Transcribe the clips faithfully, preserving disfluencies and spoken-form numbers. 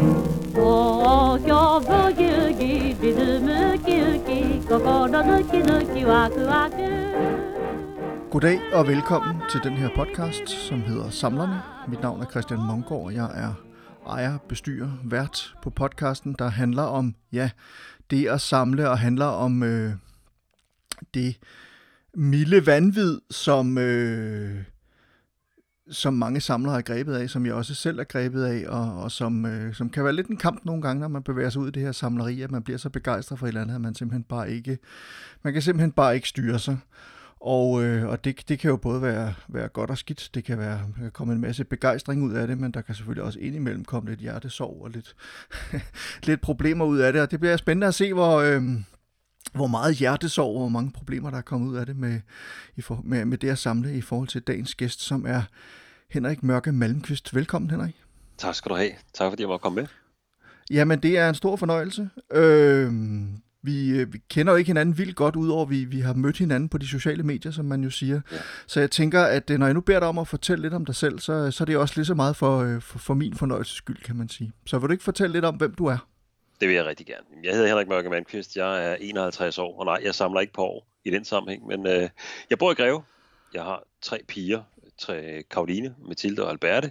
Goddag og velkommen til den her podcast, som hedder Samlerne. Mit navn er Christian Mongård, og jeg er ejer, bestyrer, vært på podcasten, der handler om ja, det at samle og handler om øh, det milde vanvid, som, øh, som mange samlere er grebet af, som jeg også selv er grebet af, og, og som, øh, som kan være lidt en kamp nogle gange, når man bevæger sig ud i det her samleri, at man bliver så begejstret for et eller andet, at man simpelthen bare ikke, man kan simpelthen bare ikke styre sig. Og, øh, og det, det kan jo både være, være godt og skidt. Det kan være der kan komme en masse begejstring ud af det, men der kan selvfølgelig også indimellem komme lidt hjertesorg og lidt, lidt problemer ud af det. Og det bliver spændende at se, hvor, øh, hvor meget hjertesorg og hvor mange problemer, der er kommet ud af det med, i for, med, med det at samle i forhold til dagens gæst, som er Henrik Mørke Malmqvist. Velkommen, Henrik. Tak skal du have. Tak fordi jeg måtte komme med. Jamen, det er en stor fornøjelse. Øh, Vi, vi kender jo ikke hinanden vildt godt, udover at vi, vi har mødt hinanden på de sociale medier, som man jo siger. Ja. Så jeg tænker, at når jeg nu beder dig om at fortælle lidt om dig selv, så, så er det også lige så meget for, for, for min fornøjelses skyld, kan man sige. Så vil du ikke fortælle lidt om, hvem du er? Det vil jeg rigtig gerne. Jeg hedder Henrik Mørke Malmqvist, jeg er enoghalvtreds år, og nej, jeg samler ikke på år i den sammenhæng, men øh, jeg bor i Greve. Jeg har tre piger, tre Karoline, Mathilde og Alberte,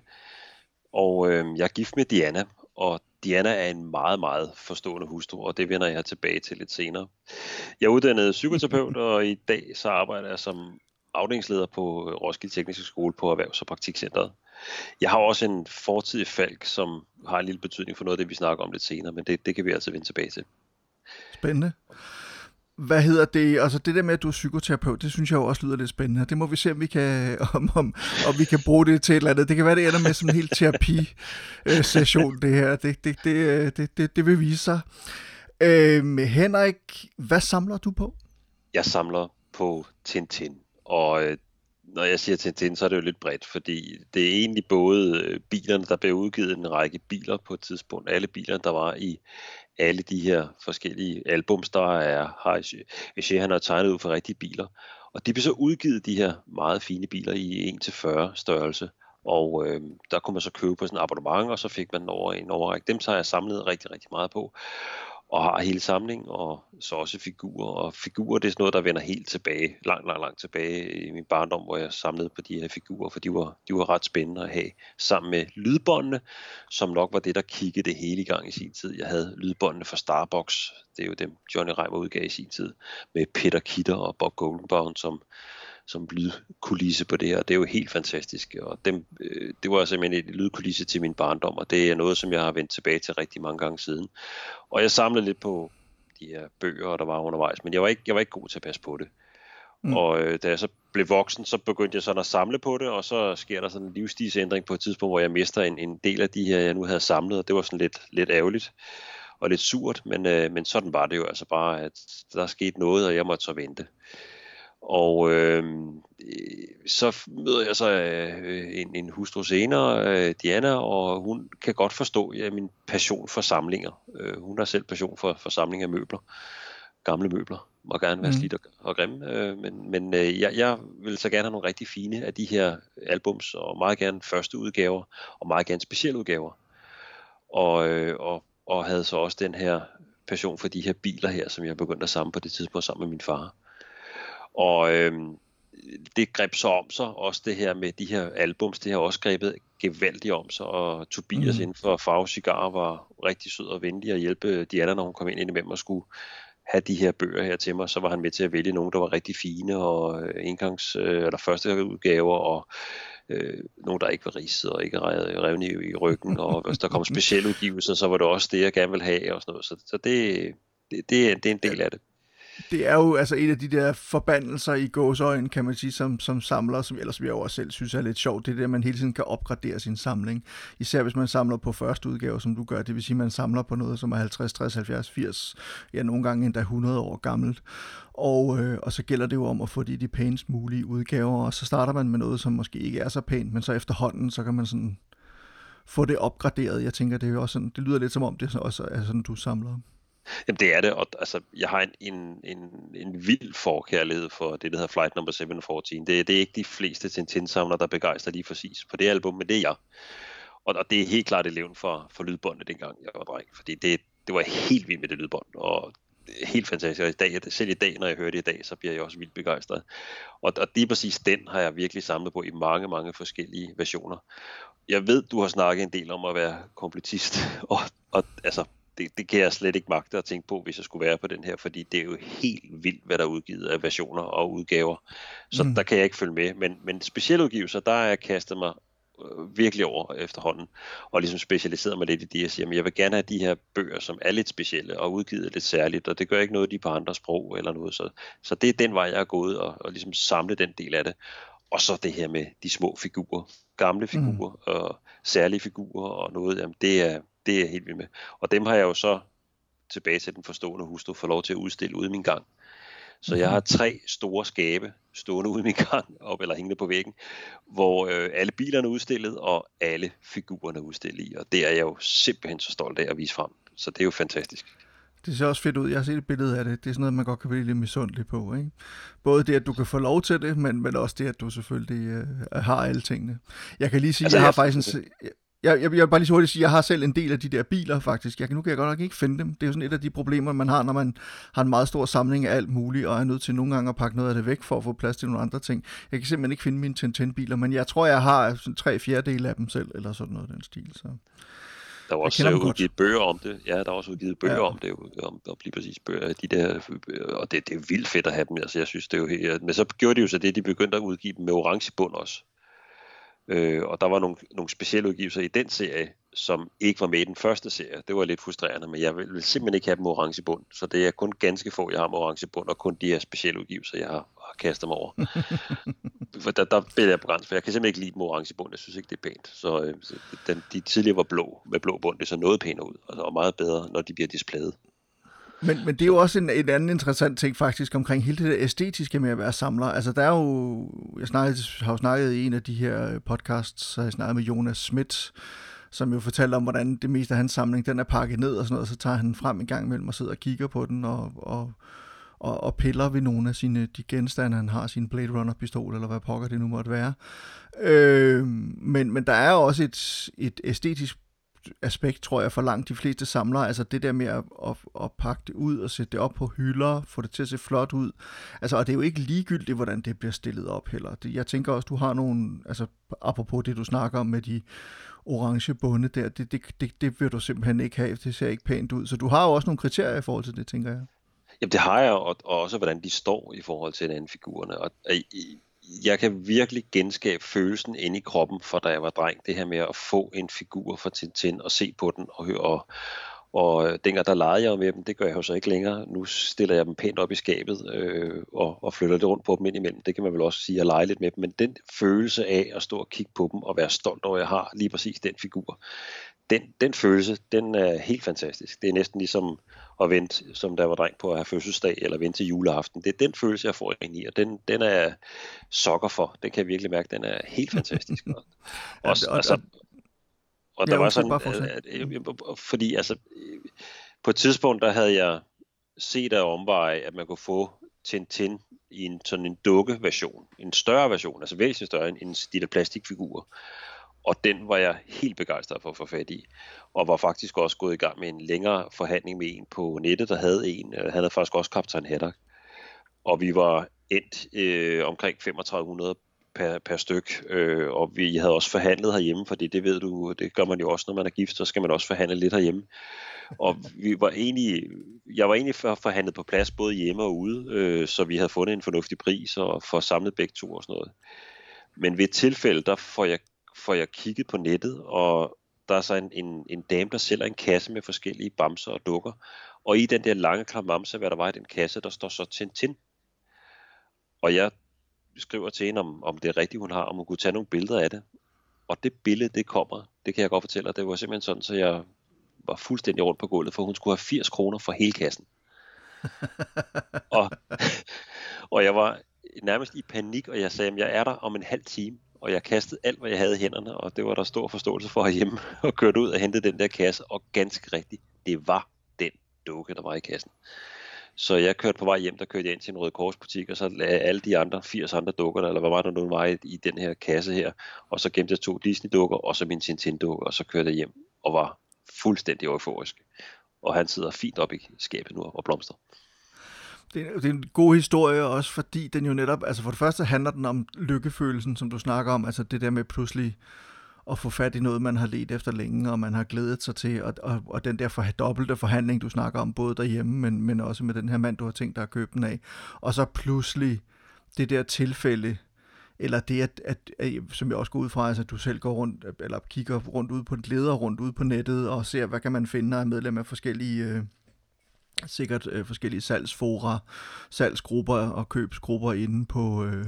og øh, jeg er gift med Diana, og Diana er en meget, meget forstående hustru, og det vender jeg tilbage til lidt senere. Jeg er uddannet psykoterapeut, og i dag så arbejder jeg som afdelingsleder på Roskilde Tekniske Skole på Erhvervs- og Praktikcentret. Jeg har også en fortid i Falck, som har en lille betydning for noget af det, vi snakker om lidt senere, men det, det kan vi altså vende tilbage til. Spændende. Hvad hedder det? Altså det der med, at du er psykoterapeut, det synes jeg jo også lyder lidt spændende. Det må vi se, om vi kan, om, om, om vi kan bruge det til et eller andet. Det kan være, det ender med sådan en helt terapi-session, det her. Det, det, det, det, det, det vil vise sig. Øh, Henrik, hvad samler du på? Jeg samler på Tintin, og øh, når jeg siger Tintin, så er det jo lidt bredt, fordi det er egentlig både bilerne, der blev udgivet en række biler på et tidspunkt. Alle bilerne, der var i alle de her forskellige albums, der er, har Eché, han har tegnet ud for rigtige biler. Og de blev så udgivet, de her meget fine biler, i en til fyrre størrelse. Og øh, der kunne man så købe på sådan en abonnement, og så fik man over en overrække. Dem tager jeg samlet rigtig, rigtig meget på. Og har hele samlingen, og så også figurer. Og figurer, det er sådan noget, der vender helt tilbage, langt, langt, langt tilbage i min barndom, hvor jeg samlede på de her figurer, for de var, de var ret spændende at have. Sammen med lydbåndene, som nok var det, der kiggede det hele i gang i sin tid. Jeg havde lydbåndene fra Starbox, det er jo dem, Johnny Reimer udgav i sin tid, med Peter Kidder og Bob Goldenbaum som, som lydkulisse på det her. Det er jo helt fantastisk, og dem, øh, det var simpelthen et lydkulisse til min barndom, og det er noget, som jeg har vendt tilbage til rigtig mange gange siden. Og jeg samlede lidt på de her bøger, der var undervejs, men jeg var ikke, jeg var ikke god til at passe på det. Mm. Og øh, da jeg så blev voksen, så begyndte jeg sådan at samle på det, og så sker der sådan en livsstilsændring på et tidspunkt, hvor jeg mister en, en del af de her, jeg nu havde samlet, og det var sådan lidt, lidt ærgerligt og lidt surt, men, øh, men sådan var det jo altså bare, at der skete noget, og jeg måtte så vente. Og øh, så møder jeg så øh, en, en hustru senere, øh, Diana, og hun kan godt forstå ja, min passion for samlinger. Øh, hun har selv passion for, for samling af møbler, gamle møbler, må gerne være mm. slidt og, og grimme, øh, men, men øh, jeg, jeg vil så gerne have nogle rigtig fine af de her albums, og meget gerne første udgaver, og meget gerne specielle udgaver. Og, øh, og, og havde så også den her passion for de her biler her, som jeg begyndte at samle på det tidspunkt sammen med min far. Og øhm, det greb så om sig, også det her med de her albums, det har også grebet gevaldigt om sig, og Tobias mm. inden for Farve Cigar var rigtig sød og venlig at hjælpe Diana, når hun kom ind indimellem og skulle have de her bøger her til mig, så var han med til at vælge nogle, der var rigtig fine, og engangs- eller første udgaver, og øh, nogle, der ikke var ridset og ikke revne i, i ryggen, og hvis der kom specielle udgivelser, så var det også det, jeg gerne ville have, og sådan noget. Så, så det, det, det, er, det er en del af det. Det er jo altså en af de der forbandelser i gåseøjne, kan man sige, som, som samler, som ellers vi jo også selv synes er lidt sjovt. Det er det, at man hele tiden kan opgradere sin samling. Især hvis man samler på første udgave, som du gør. Det vil sige, at man samler på noget, som er halvtreds, tres, halvfjerds, firs, ja nogle gange endda hundrede år gammelt. Og, øh, og så gælder det jo om at få de, de pænest mulige udgaver, og så starter man med noget, som måske ikke er så pænt, men så efterhånden, så kan man sådan få det opgraderet. Jeg tænker, det er jo også sådan, det lyder lidt som om, det også er sådan, du samler. Jamen det er det, og altså, jeg har en, en, en, en vild forkærlighed for det, der hedder Flight Number syv fjorten. Det, det er ikke de fleste Tintin-samlere, der begejstrer lige præcis på det album, men det er jeg. Og, og det er helt klart eleven for, for lydbåndet, dengang jeg var dreng, fordi det, det var helt vildt med det lydbånd, og helt fantastisk. Og i dag, selv i dag, når jeg hører det i dag, så bliver jeg også vildt begejstret. Og, og det er præcis den, har jeg virkelig samlet på i mange, mange forskellige versioner. Jeg ved, du har snakket en del om at være kompletist, og, og altså, det, det kan jeg slet ikke magte at tænke på, hvis jeg skulle være på den her, fordi det er jo helt vildt, hvad der er udgivet af versioner og udgaver. Så mm. der kan jeg ikke følge med. Men, men specielle udgivelser, der er jeg kastet mig øh, virkelig over efterhånden, og ligesom specialiseret mig lidt i det, jeg siger, men jeg vil gerne have de her bøger, som er lidt specielle og udgivet lidt særligt, og det gør ikke noget, de er på andre sprog eller noget. Så, så det er den vej, jeg er gået, og, og ligesom samle den del af det. Og så det her med de små figurer, gamle figurer mm. og særlige figurer og noget, jamen det er, det er jeg helt vild med. Og dem har jeg jo så, tilbage til den forstående hustru, fået lov til at udstille ude i min gang. Så jeg har tre store skabe stående ude i min gang, op eller hængende på væggen, hvor øh, alle bilerne er udstillet, og alle figurerne er udstillet i. Og det er jeg jo simpelthen så stolt af at vise frem. Så det er jo fantastisk. Det ser også fedt ud. Jeg har set et billede af det. Det er sådan noget, man godt kan blive lidt misundelig på, ikke? Både det, at du kan få lov til det, men, men også det, at du selvfølgelig øh, har alle tingene. Jeg kan lige sige, altså, jeg, jeg har faktisk en... Jeg, jeg, jeg vil bare lige så hurtigt sige, at jeg har selv en del af de der biler, faktisk. Jeg, nu kan jeg godt nok ikke finde dem. Det er jo sådan et af de problemer, man har, når man har en meget stor samling af alt muligt, og er nødt til nogle gange at pakke noget af det væk, for at få plads til nogle andre ting. Jeg kan simpelthen ikke finde mine Tintin-biler, men jeg tror, jeg har sådan tre fjerdedele af dem selv, eller sådan noget af den stil, så... Der var også udgivet bøger om det. Ja, der er også udgivet bøger ja. om det, om, om lige præcis bøger. De der, og det, det er vildt fedt at have dem. Altså, jeg synes, det er jo helt... Men så gjorde de jo så det, de begyndte at udgive dem med orange bund også. Øh, og der var nogle, nogle specielle udgivelser i den serie, som ikke var med i den første serie. Det var lidt frustrerende, men jeg vil, vil simpelthen ikke have dem med orange bund. Så det er kun ganske få, jeg har med orange bund, og kun de her specielle udgivelser, jeg har, har kastet mig over. For der, der bliver jeg begrænset, for jeg kan simpelthen ikke lide dem med orange bund. Jeg synes ikke, det er pænt. Så, øh, så den, de tidligere var blå med blå bund. Det så noget pænere ud, og meget bedre, når de bliver displayet. Men, men det er jo også en, en anden interessant ting faktisk omkring hele det der æstetiske med at være samler. Altså der er jo, jeg snakkede, har jo snakket i en af de her podcasts, så har jeg snakket med Jonas Schmidt, som jo fortæller om, hvordan det meste af hans samling, den er pakket ned og sådan noget, og så tager han den frem en gang imellem og sidder og kigger på den og, og, og, og piller ved nogle af sine, de genstande, han har, sin Blade Runner pistol, eller hvad pokker det nu måtte være. Øh, men, men der er også et, et æstetisk aspekt, tror jeg, for langt de fleste samlere, altså det der med at, at, at pakke det ud og sætte det op på hylder, få det til at se flot ud, altså, og det er jo ikke ligegyldigt, hvordan det bliver stillet op heller. Det, jeg tænker også, du har nogle, altså apropos det, du snakker om med de orange bunde der, det, det, det, det vil du simpelthen ikke have, det ser ikke pænt ud, så du har jo også nogle kriterier i forhold til det, tænker jeg. Jamen det har jeg, og, og også hvordan de står i forhold til den anden figurerne, og i, jeg kan virkelig genskabe følelsen inde i kroppen, for da jeg var dreng, det her med at få en figur fra Tintin og se på den og høre, og, og dengang der legede jeg med dem, det gør jeg jo så ikke længere. Nu stiller jeg dem pænt op i skabet øh, og, og flytter det rundt på dem ind imellem. Det kan man vel også sige at lege lidt med dem, men den følelse af at stå og kigge på dem og være stolt over, at jeg har lige præcis den figur, den, den følelse, den er helt fantastisk. Det er næsten ligesom at vente, som der var dreng på at have fødselsdag, eller vente til juleaften. Det er den følelse, jeg får ind i, og den, den er sokker for. Den kan jeg virkelig mærke, den er helt fantastisk. Og, også, og, altså, og der var sådan, at, at, fordi altså, på et tidspunkt, der havde jeg set af omveje, at man kunne få Tintin i en sådan en dukke-version, en større version, altså væsentligt større end de der plastikfigurer. Og den var jeg helt begejstret for at få fat i, og var faktisk også gået i gang med en længere forhandling med en på nettet, der havde en. Han havde faktisk også Kaptajn Haddock, og vi var endt øh, omkring femogtredive hundrede per, per styk, øh, og vi havde også forhandlet herhjemme, fordi det ved du, det gør man jo også, når man er gift, så skal man også forhandle lidt herhjemme. Og vi var egentlig, jeg var egentlig forhandlet på plads både hjemme og ude, øh, så vi havde fundet en fornuftig pris og får samlet begge to og sådan noget. Men ved et tilfælde, der får jeg får jeg kigget på nettet, og der er så en, en, en dame, der sælger en kasse med forskellige bamser og dukker, og i den der lange klamamse, hvad der var i den kasse, der står så Tintin. Og jeg skriver til hende, om, om det er rigtigt, hun har, om hun kunne tage nogle billeder af det. Og det billede, det kommer, det kan jeg godt fortælle dig, det var simpelthen sådan, så jeg var fuldstændig rundt på gulvet, for hun skulle have firs kroner for hele kassen. og, og jeg var nærmest i panik, og jeg sagde, at jeg er der om en halv time. Og jeg kastede alt, hvad jeg havde i hænderne, og det var der stor forståelse for herhjemme, og kørte ud og hentede den der kasse, og ganske rigtigt, det var den dukke, der var i kassen. Så jeg kørte på vej hjem, der kørte jeg ind til en Røde Kors butik, og så lagde alle de andre firs andre dukker, eller hvad var der nu var i, i den her kasse her, og så gemte jeg to Disney-dukker, og så min Tintin-dukke, og så kørte jeg hjem og var fuldstændig euforisk. Og han sidder fint op i skabet nu og blomster. Det er, det er en god historie også, fordi den jo netop, altså for det første handler den om lykkefølelsen, som du snakker om, altså det der med pludselig at få fat i noget, man har let efter længe, og man har glædet sig til, og, og, og den der for, dobbelte forhandling, du snakker om, både derhjemme, men, men også med den her mand, du har tænkt dig at købe den af. Og så pludselig det der tilfælde, eller det, at, at, at som jeg også går ud fra, altså, at du selv går rundt, eller kigger rundt ud på leder rundt ud på nettet, og ser, hvad kan man finde af medlemmer af forskellige, øh, sikkert øh, forskellige salgsfora, salgsgrupper og købsgrupper inde på... Øh,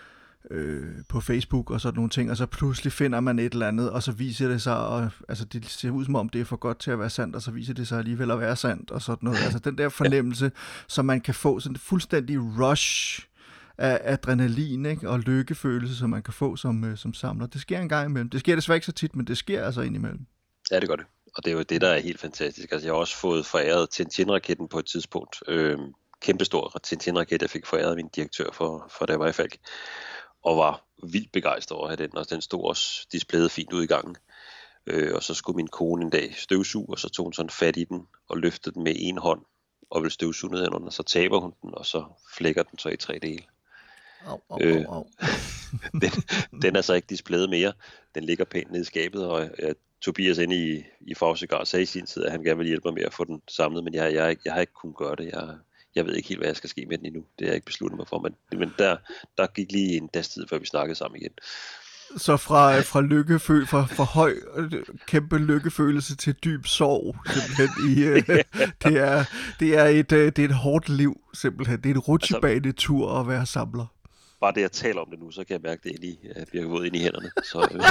Øh, på Facebook og sådan nogle ting, og så pludselig finder man et eller andet, og så viser det sig, og, altså det ser ud som om det er for godt til at være sandt, og så viser det sig alligevel at være sandt, og sådan noget. Altså den der fornemmelse, som man kan få, sådan en fuldstændig rush af adrenalin, ikke? Og lykkefølelse, som man kan få som, som samler. Det sker en gang imellem. Det sker desværre ikke så tit, men det sker altså indimellem. Ja, det gør det. Og det er jo det, der er helt fantastisk. Altså jeg har også fået foræret Tintin-raketten på et tidspunkt. Øh, kæmpestor Tintin-raket, jeg fik foræret af min direktør for, for da jeg var i Falk. Og var vildt begejstret over at have den, og den stod også displayet fint ud i gangen. Øh, og så skulle min kone en dag støvsuge, og så tog hun sådan fat i den, og løftede den med en hånd, og ville støvsuge ned under, og så taber hun den, og så flækker den så i tre dele. Au, au, øh, au, au. den, den er så ikke displayet mere. Den ligger pænt nede i skabet, og ja, Tobias inde i, i Fagsigar sagde i sin tid, at han gerne ville hjælpe mig med at få den samlet, men jeg, jeg, jeg har ikke kunnet gøre det. Jeg Jeg ved ikke helt, hvad jeg skal ske med den endnu. Det har jeg ikke besluttet mig for, men, men der, der gik lige en dags tid, før vi snakkede sammen igen. Så fra, fra, lykkeføl, fra, fra høj, kæmpe lykkefølelse til dyb sorg, simpelthen. I, det, er, det, er et, det er et hårdt liv, simpelthen. Det er et rutsjebanetur at være samler. Bare det, jeg taler om det nu, så kan jeg mærke det, ind i, at jeg bliver våd ind i hænderne. Så, øh.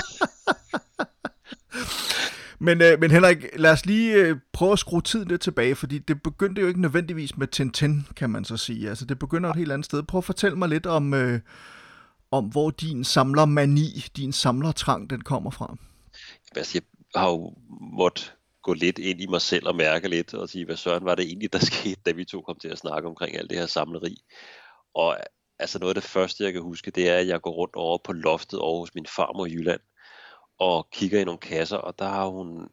Men, øh, men Henrik, lad os lige øh, prøve at skrue tiden lidt tilbage, fordi det begyndte jo ikke nødvendigvis med Tintin, kan man så sige. Altså det begynder et helt andet sted. Prøv at fortælle mig lidt om, øh, om hvor din samlermani, din samlertrang, den kommer fra. Altså, jeg har jo måttet gå lidt ind i mig selv og mærke lidt, og sige, hvad søren var det egentlig, der skete, da vi to kom til at snakke omkring alt det her samleri. Og altså noget af det første, jeg kan huske, det er, at jeg går rundt over på loftet over hos min farmor i Jylland, og kigger i nogle kasser, og der har hun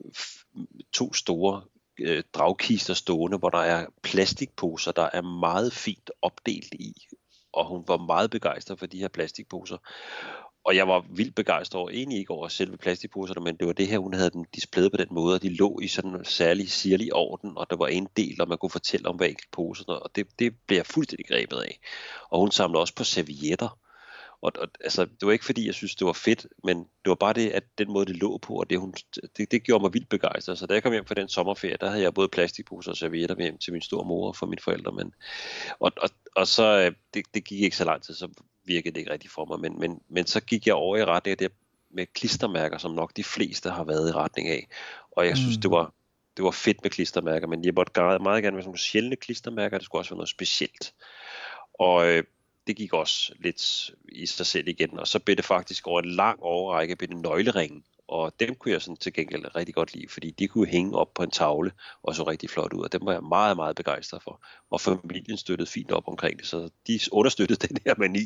to store øh, dragkister stående, hvor der er plastikposer, der er meget fint opdelt i, og hun var meget begejstret for de her plastikposer. Og jeg var vildt begejstret over, egentlig ikke over selve plastikposerne, men det var det her, hun havde dem displayet på den måde, og de lå i sådan en særlig sirlig orden, og der var en del, og man kunne fortælle om hver enkelt pose, og det, det blev jeg fuldstændig grebet af. Og hun samlede også på servietter. Og, og altså, det var ikke fordi, jeg synes, det var fedt, men det var bare det, at den måde, det lå på, og det, hun, det, det gjorde mig vildt begejstret. Så da jeg kom hjem fra den sommerferie, der havde jeg både plastikposer og servietter med hjem til min store mor og for mine forældre. Men, og, og, og så, det, det gik ikke så lang tid, så virkede det ikke rigtigt for mig. Men, men, men så gik jeg over i retning af det med klistermærker, som nok de fleste har været i retning af. Og jeg synes, mm. det var det var fedt med klistermærker, men jeg måtte meget gerne være sådan nogle sjældne klistermærker, det skulle også være noget specielt. Og øh, det gik også lidt i sig selv igen, og så blev det faktisk over en lang overrække blev det nøgleringen, og dem kunne jeg sådan til gengæld rigtig godt lide, fordi de kunne hænge op på en tavle og så rigtig flot ud, og dem var jeg meget, meget begejstret for, og familien støttede fint op omkring det, så de understøttede den her mani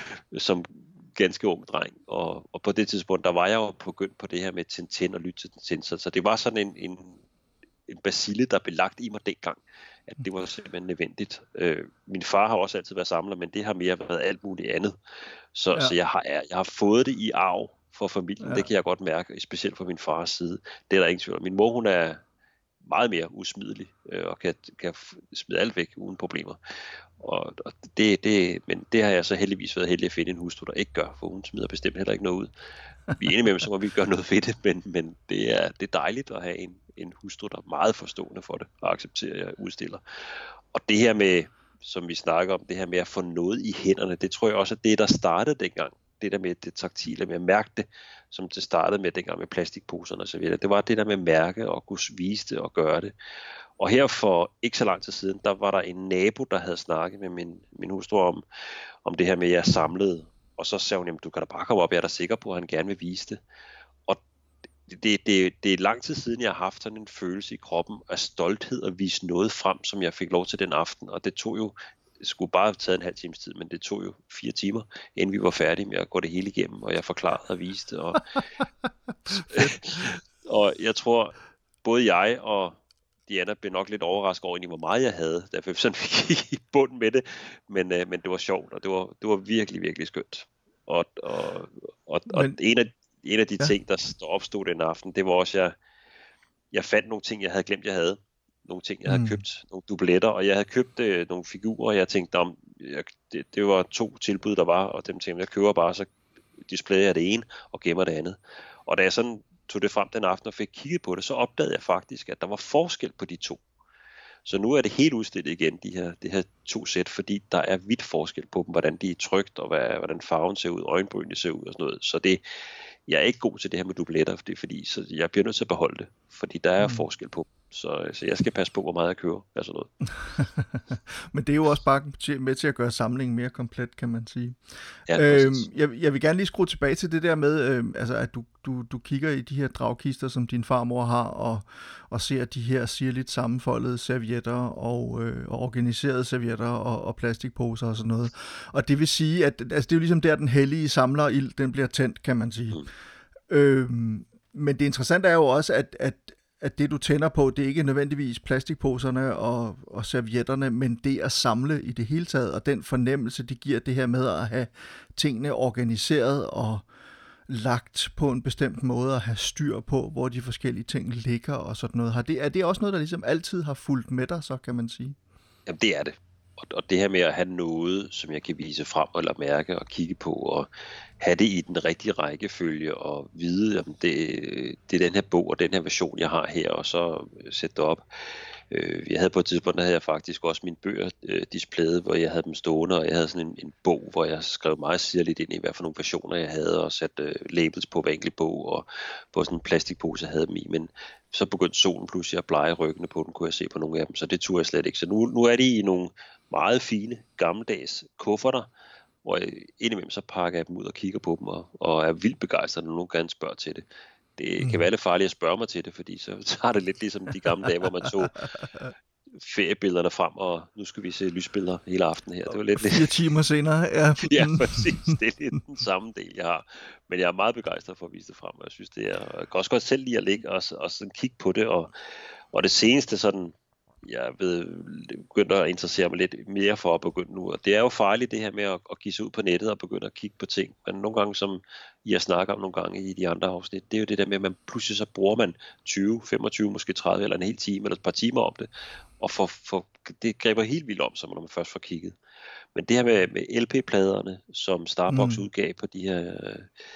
som ganske ung dreng, og, og på det tidspunkt, der var jeg jo begyndt på det her med Tintin og lytte til Tintin, så, så det var sådan en, en, en bacille, der blev lagt i mig dengang, at det var simpelthen nødvendigt. Øh, min far har også altid været samler, men det har mere været alt muligt andet. Så, ja. så jeg, har, jeg har fået det i arv for familien, ja. Det kan jeg godt mærke, specielt fra min fars side. Det er der ingen tvivl om. Min mor, hun er meget mere usmidelig, øh, og kan, kan smide alt væk uden problemer. Og, og det, det, men det har jeg så heldigvis været heldig at finde en hustru, der ikke gør, for hun smider bestemt heller ikke noget ud. Vi er enige med, så må vi gøre noget ved det, men, men det, er, det er dejligt at have en, en hustru, der er meget forstående for det, og accepterer, at jeg udstiller. Og det her med, som vi snakker om, det her med at få noget i hænderne, det tror jeg også, at det, der startede dengang, det der med det taktile, med at mærke det, som det startede med dengang med plastikposerne og så videre, det var det der med at mærke og kunne vise det og gøre det. Og her for ikke så lang tid siden, der var der en nabo, der havde snakket med min, min hustru om, om det her med, at jeg samlede. Og så sagde hun, jamen du kan da bare komme op, jeg er da sikker på, at han gerne vil vise det. Og det, det, det er lang tid siden, jeg har haft sådan en følelse i kroppen af stolthed og vise noget frem, som jeg fik lov til den aften. Og det tog jo, det skulle bare have taget en halv times tid, men det tog jo fire timer, inden vi var færdige med at gå det hele igennem, og jeg forklarede og viste. Og, og jeg tror, både jeg og Diana blev nok lidt overrasket over, hvor meget jeg havde, da jeg sådan fik i bunden med det, men, øh, men det var sjovt, og det var, det var virkelig, virkelig skønt. Og, og, og, og men, en, af, en af de ja. ting, der opstod den aften, det var også, at jeg, jeg fandt nogle ting, jeg havde glemt, jeg havde. Nogle ting, jeg havde mm. købt, nogle dubletter, og jeg havde købt øh, nogle figurer, og jeg tænkte, om, jeg, det, det var to tilbud, der var, og dem tænkte jeg, køber bare, så displayer jeg det ene, og gemmer det andet. Og da jeg sådan tog det frem den aften og fik kigget på det, så opdagede jeg faktisk, at der var forskel på de to. Så nu er det helt udstillet igen, de her, de her to sæt, fordi der er vidt forskel på dem, hvordan de er trykt, og hvad, hvordan farven ser ud, øjenbrynene ser ud og sådan noget. Så det, jeg er ikke god til det her med dubletter, fordi, fordi så jeg bliver nødt til at beholde det, fordi der er mm. forskel på dem. Så, så jeg skal passe på, hvor meget jeg køber af sådan noget. Men det er jo også bare med til at gøre samlingen mere komplet, kan man sige. Ja, øhm, jeg, jeg vil gerne lige skrue tilbage til det der med, øh, altså, at du, du, du kigger i de her dragkister, som din farmor har, og, og ser de her sirligt sammenfoldede servietter, og, øh, og organiserede servietter, og, og plastikposer og sådan noget. Og det vil sige, at altså, det er jo ligesom der, den hellige samlerild, den bliver tændt, kan man sige. Mm. Øhm, men det interessante er jo også, at, at at det, du tænder på, det er ikke nødvendigvis plastikposerne og, og servietterne, men det at samle i det hele taget, og den fornemmelse, det giver det her med at have tingene organiseret og lagt på en bestemt måde, at have styr på, hvor de forskellige ting ligger og sådan noget. Har det, er det også noget, der ligesom altid har fulgt med dig, så kan man sige? Jamen, det er det. Og det her med at have noget, som jeg kan vise frem eller mærke og kigge på, og have det i den rigtige rækkefølge, og vide, at det, det er den her bog og den her version, jeg har her, og så sætte det op. Jeg havde på et tidspunkt, der havde jeg faktisk også mine bøger displayet, hvor jeg havde dem stående, og jeg havde sådan en, en bog, hvor jeg skrev meget sirligt ind i, hvad for nogle versioner jeg havde, og satte labels på hver enkelt bog, og på sådan en plastikpose, jeg havde dem i, men så begyndte solen pludselig at blege ryggene på den, kunne jeg se på nogle af dem, så det turde jeg slet ikke. Så nu, nu er de i nogle meget fine, gammeldags kufferter, hvor jeg indimellem så pakker jeg dem ud og kigger på dem, og, og er vildt begejstret, når nogen gerne spørger til det. Det kan være lidt farligt at spørge mig til det, fordi så tager det lidt ligesom de gamle dage, hvor man tog feriebillederne frem, og nu skal vi se lysbilleder hele aftenen her. Det var lidt Fire timer senere, ja. Ja, præcis. Det er lidt den samme del, jeg har. Men jeg er meget begejstret for at vise det frem, og jeg synes, det er... Jeg kan også godt selv lide at ligge og, og sådan kigge på det, og, og det seneste sådan... Jeg ved, begynder at interessere mig lidt mere for at begynde nu, og det er jo farligt det her med at, at give sig ud på nettet og begynde at kigge på ting, men nogle gange, som I har snakket om nogle gange i de andre afsnit, det er jo det der med, at man pludselig så bruger man tyve, femogtyve, måske tredive eller en hel time eller et par timer om det, og for, for, det griber helt vildt om sig, når man først får kigget. Men det her med, med L P-pladerne, som Starbucks mm. udgav på de her øh,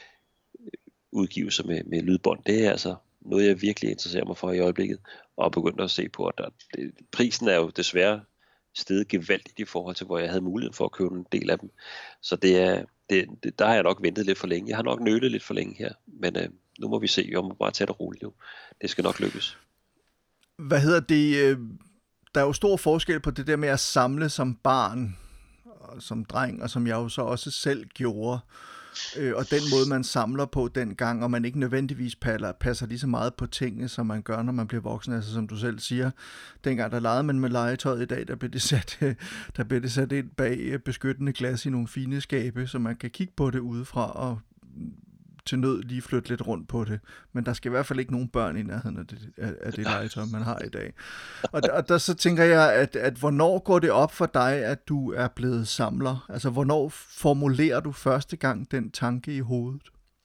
udgivelser med, med lydbånd, det er altså noget, jeg virkelig interesserer mig for i øjeblikket, og begyndte at se på, at der, det, prisen er jo desværre steget gevaldigt i forhold til, hvor jeg havde mulighed for at købe en del af dem. Så det er, det, det, der har jeg nok ventet lidt for længe. Jeg har nok nølet lidt for længe her, men øh, nu må vi se, jeg må bare tage det roligt nu. Det skal nok lykkes. Hvad hedder det? Øh, der er jo stor forskel på det der med at samle som barn, og som dreng, og som jeg jo så også selv gjorde. Og den måde, man samler på dengang, og man ikke nødvendigvis passer, passer lige så meget på tingene, som man gør, når man bliver voksen. Altså som du selv siger, dengang der legede man med legetøjet, i dag der bliver det sat, der bliver det sat ind bag beskyttende glas i nogle fine skabe, så man kan kigge på det udefra og til nød lige flytte lidt rundt på det. Men der skal i hvert fald ikke nogen børn i nærheden af det, af, af det legetøj, man har i dag. Og der, og der så tænker jeg, at, at hvornår går det op for dig, at du er blevet samler? Altså, hvornår formulerer du første gang den tanke i hovedet?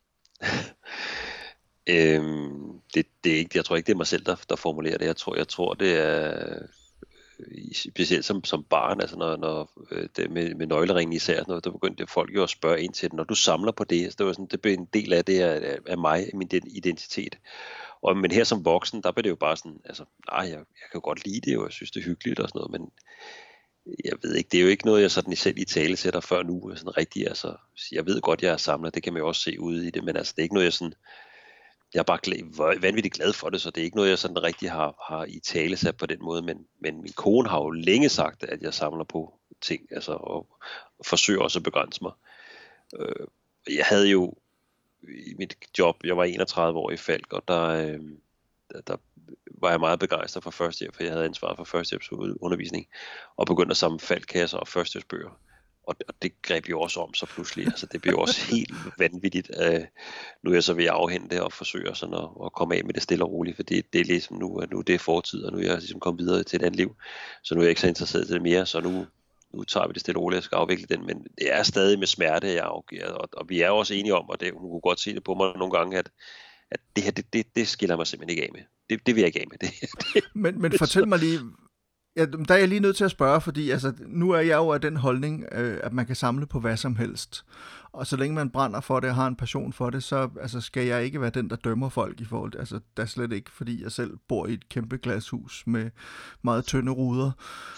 øhm, det, det er ikke, jeg tror ikke, det er mig selv, der, der formulerer det. Jeg tror, jeg tror det er... specielt som, som barn, altså når, når det med, med nøgleringen især, når der begyndte folk jo at spørge ind til det, når du samler på det, så det var sådan, det blev en del af det af, af mig, af min identitet. Og, men her som voksen, der blev det jo bare sådan, altså, nej, jeg, jeg kan jo godt lide det, og jeg synes det er hyggeligt og sådan noget, men jeg ved ikke, det er jo ikke noget, jeg sådan selv i tale sætter før nu, sådan rigtigt, altså, jeg ved godt, jeg er samler, det kan man jo også se ude i det, men altså, det er ikke noget, jeg sådan, jeg er bare glad, vanvittigt glad for det, så det er ikke noget, jeg sådan rigtig har, har i tale sat på den måde, men, men min kone har jo længe sagt, at jeg samler på ting, altså, og, og forsøger også at begrænse mig. Øh, jeg havde jo i mit job, jeg var enogtredive år i Falck, og der, øh, der, der var jeg meget begejstret for førstehjælp, for jeg havde ansvaret for førstehjælpsundervisning, og begyndte at samle Falck-kasser og førstehjælpsbøger. Og, og det greb jo også om så pludselig. Altså, det blev også helt vanvittigt. Uh, nu er jeg så ved at afhente det og forsøge sådan at, at komme af med det stille og roligt, for det, det er ligesom nu, nu det er fortid, og nu er jeg ligesom kommet videre til et andet liv. Så nu er jeg ikke så interesseret i det mere, så nu, nu tager vi det stille og roligt, og skal afvikle den. Men det er stadig med smerte, jeg afgiver, og, og vi er også enige om, og det, hun kunne godt se det på mig nogle gange, at, at det her, det, det, det skiller mig simpelthen ikke af med. Det, det vil jeg ikke af med. Det, det, men, men fortæl mig lige... Ja, der er jeg lige nødt til at spørge, fordi altså, nu er jeg jo af den holdning, øh, at man kan samle på hvad som helst. Og så længe man brænder for det og har en passion for det, så altså, skal jeg ikke være den, der dømmer folk i forhold til. Altså, der er slet ikke, fordi jeg selv bor i et kæmpe glashus med meget tynde ruder,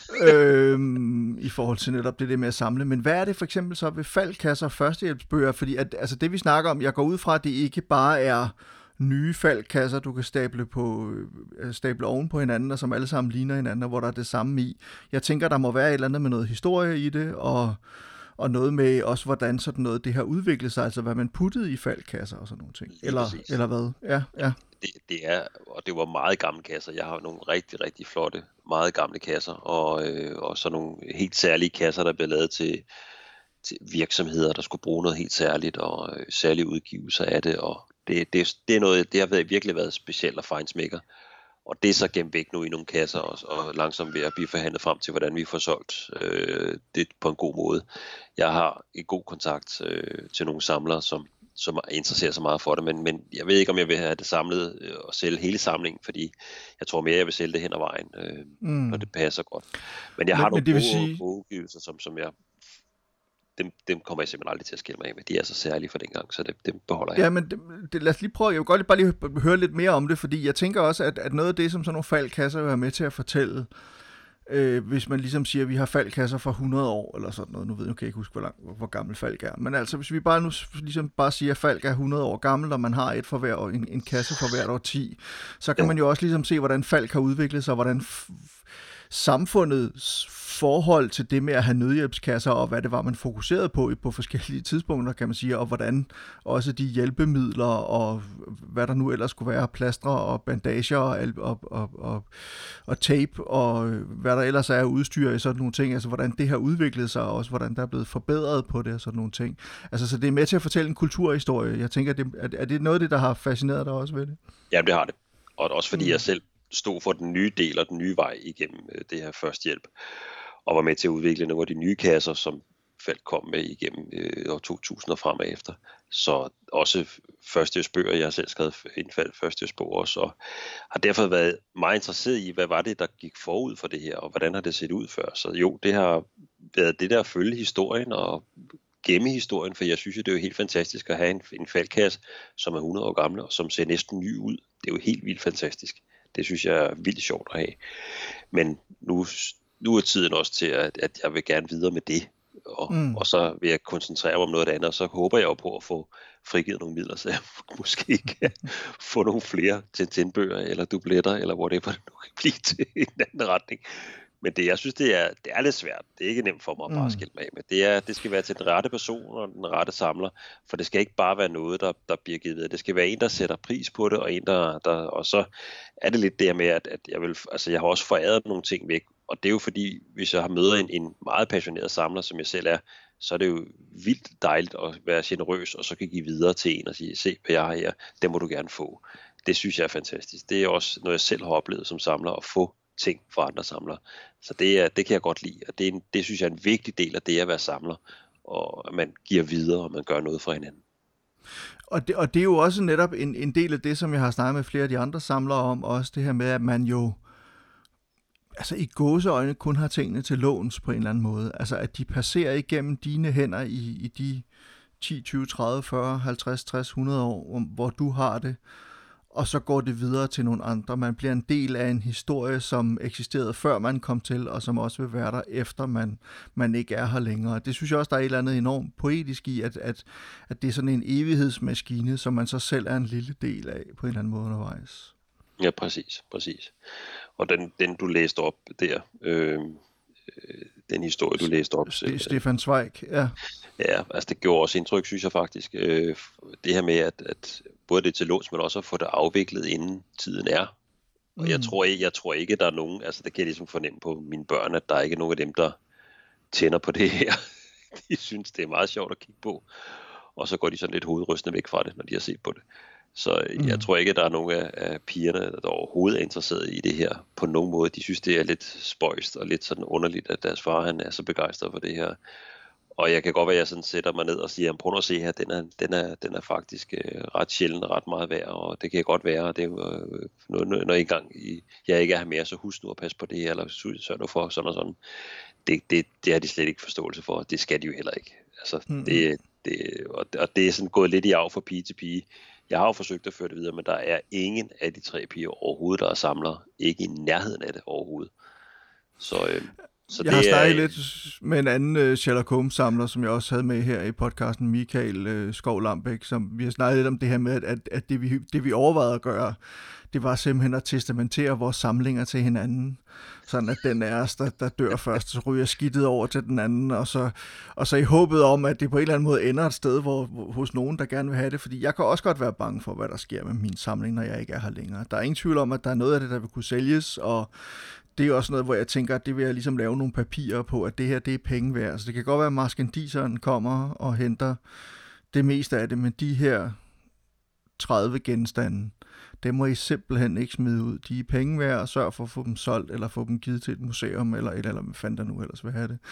øh, i forhold til netop det der med at samle. Men hvad er det for eksempel så ved Falck-kasser og førstehjælpsbøger? Fordi at, altså, det vi snakker om, jeg går ud fra, at det ikke bare er nye Falck-kasser, du kan stable, på, stable oven på hinanden, og som alle sammen ligner hinanden, og hvor der er det samme i. Jeg tænker, der må være et eller andet med noget historie i det, og, og noget med også, hvordan sådan noget det har udviklet sig, altså hvad man puttede i Falck-kasser og sådan nogle ting. Eller, eller hvad? Ja, ja. Det, det er, og det var meget gamle kasser. Jeg har nogle rigtig, rigtig flotte, meget gamle kasser, og, øh, og så nogle helt særlige kasser, der blev lavet til, til virksomheder, der skulle bruge noget helt særligt, og øh, særlige udgivelser af det, og Det, det, det er noget, det har været, virkelig været specielt og fejnsmækker, og det er så gemt væk nu i nogle kasser og, og langsomt ved at blive forhandlet frem til, hvordan vi får solgt øh, det på en god måde. Jeg har en god kontakt øh, til nogle samlere, som, som interesserer sig meget for det, men, men jeg ved ikke, om jeg vil have det samlet øh, og sælge hele samlingen, fordi jeg tror mere, jeg vil sælge det hen ad vejen, øh, mm. når det passer godt. Men jeg men, har nogle gode, sige... gode udgivelser, som, som jeg... Dem, dem kommer jeg simpelthen aldrig til at skille mig af med. De er så særlige for dengang, så det, dem beholder jeg. Ja, men det, det, lad os lige prøve. Jeg vil godt lige, bare lige høre lidt mere om det, fordi jeg tænker også, at, at noget af det, som sådan nogle Falck-kasser vil være med til at fortælle, øh, hvis man ligesom siger, at vi har Falck-kasser for hundrede år, eller sådan noget. Nu ved jeg, kan jeg ikke huske, hvor, lang, hvor, hvor gammel Falck er. Men altså, hvis vi bare nu ligesom bare siger, at Falck er hundrede år gammel, og man har et for hver år, en, en kasse for hvert år ti, så kan ja. man jo også ligesom se, hvordan Falck har udviklet sig, hvordan f- samfundets forhold til det med at have nødhjælpskasser, og hvad det var, man fokuserede på på forskellige tidspunkter, kan man sige, og hvordan også de hjælpemidler, og hvad der nu ellers skulle være, plastre og bandager og, og, og, og, og tape, og hvad der ellers er af udstyr i sådan nogle ting, altså hvordan det har udviklet sig, og også hvordan der er blevet forbedret på det og sådan nogle ting. Altså, så det er med til at fortælle en kulturhistorie. Jeg tænker, det, er det noget af det, der har fascineret dig også ved det? Ja, det har det. Og også fordi mm. jeg selv stod for den nye del og den nye vej igennem det her førstehjælp, og var med til at udvikle nogle af de nye kasser, som Falck kom med igennem øh, år to tusind og frem efter. Så også førstehjælpsbøger, jeg har selv skrevet indfald førstehjælpsbog også, og har derfor været meget interesseret i, hvad var det, der gik forud for det her, og hvordan har det set ud før. Så jo, det har været det der at følge historien og gemme historien, for jeg synes jo, det er jo helt fantastisk at have en, en Falck-kasse, som er hundrede år gammel, og som ser næsten ny ud. Det er jo helt vildt fantastisk. Det synes jeg er vildt sjovt at have. Men nu Nu er tiden også til, at, at jeg vil gerne videre med det, og, mm. og så vil jeg koncentrere mig om noget andet, og så håber jeg jo på at få frigivet nogle midler, så jeg måske kan få nogle flere Tintin-bøger, eller dubletter, eller whatever det nu kan blive til en anden retning. Men det, jeg synes, det er, det er lidt svært. Det er ikke nemt for mig at bare skille mig af med. Det, er, det skal være til den rette person og den rette samler, for det skal ikke bare være noget, der, der bliver givet ved. Det skal være en, der sætter pris på det, og en, der, der og så er det lidt det med, at, at jeg, vil, altså jeg har også foræret nogle ting væk, og det er jo fordi, hvis jeg har møder en, en meget passioneret samler, som jeg selv er, så er det jo vildt dejligt at være generøs, og så kan give videre til en og sige, se hvad jeg har her, det må du gerne få. Det synes jeg er fantastisk. Det er også noget, jeg selv har oplevet som samler, at få ting fra andre samlere. Så det, er, det kan jeg godt lide, og det, er en, det synes jeg er en vigtig del af det at være samler, og at man giver videre, og man gør noget for hinanden. Og det, og det er jo også netop en, en del af det, som jeg har snakket med flere af de andre samlere om, også det her med, at man jo altså i gåseøjne kun har tingene til låns på en eller anden måde. Altså at de passerer igennem dine hænder i, i de ti, tyve, tredive, fyrre, halvtreds, tres, hundrede år, hvor du har det, og så går det videre til nogle andre. Man bliver en del af en historie, som eksisterede før man kom til, og som også vil være der efter man, man ikke er her længere. Det synes jeg også, der er et eller andet enormt poetisk i, at, at, at det er sådan en evighedsmaskine, som man så selv er en lille del af på en eller anden måde undervejs. Ja, præcis, præcis. Og den, den du læste op der, øh, den historie, du læste op. St- Stefan Zweig, ja. Ja, altså det gjorde også indtryk, synes jeg faktisk. Øh, det her med, at, at både det til låns, men også at få det afviklet, inden tiden er. Og mm. jeg, tror ikke, jeg tror ikke, der er nogen, altså det kan jeg ligesom fornemme på mine børn, at der er ikke nogen af dem, der tænder på det her. De synes, det er meget sjovt at kigge på. Og så går de sådan lidt hovedrystende væk fra det, når de har set på det. Så mm. jeg tror ikke, at der er nogen af, af pigerne, der overhovedet er interesseret i det her på nogen måde. De synes, det er lidt spøjst og lidt sådan underligt, at deres far han er så begejstret for det her. Og jeg kan godt være, at jeg sådan sætter mig ned og siger, prøv at se her, den er, den er, den er faktisk øh, ret sjældent og ret meget værd, og det kan godt være, og det er jo, øh, når, når I gang I, jeg ikke er her mere, så husk nu at passe på det her, eller sørg nu for sådan og sådan. Det, det, det har de slet ikke forståelse for, det skal de jo heller ikke. Altså, mm. det, det, og, og det er sådan gået lidt i af fra pige til pige. Jeg har jo forsøgt at føre det videre, men der er ingen af de tre piger overhovedet, der er samler, ikke i nærheden af det overhovedet. Så... Øh, Så jeg har snakket er... lidt med en anden uh, Sherlock Holmes-samler, som jeg også havde med her i podcasten, Michael uh, Skov Lambæk, som vi har snakket lidt om det her med, at, at det, vi, det vi overvejede at gøre, det var simpelthen at testamentere vores samlinger til hinanden, sådan at den er os, der, der dør først, så ryger skidtet over til den anden, og så, og så i håbet om, at det på en eller anden måde ender et sted, hvor, hvor hos nogen, der gerne vil have det, fordi jeg kan også godt være bange for, hvad der sker med min samling, når jeg ikke er her længere. Der er ingen tvivl om, at der er noget af det, der vil kunne sælges, og det er også noget, hvor jeg tænker, at det vil jeg ligesom lave nogle papirer på, at det her, det er penge værd. Så det kan godt være, at marskandiseren kommer og henter det meste af det, men de her tredive genstande, dem må I simpelthen ikke smide ud. De er penge værd, og sørg for at få dem solgt, eller få dem givet til et museum, eller et eller andet, hvad fanden der nu ellers vil have det,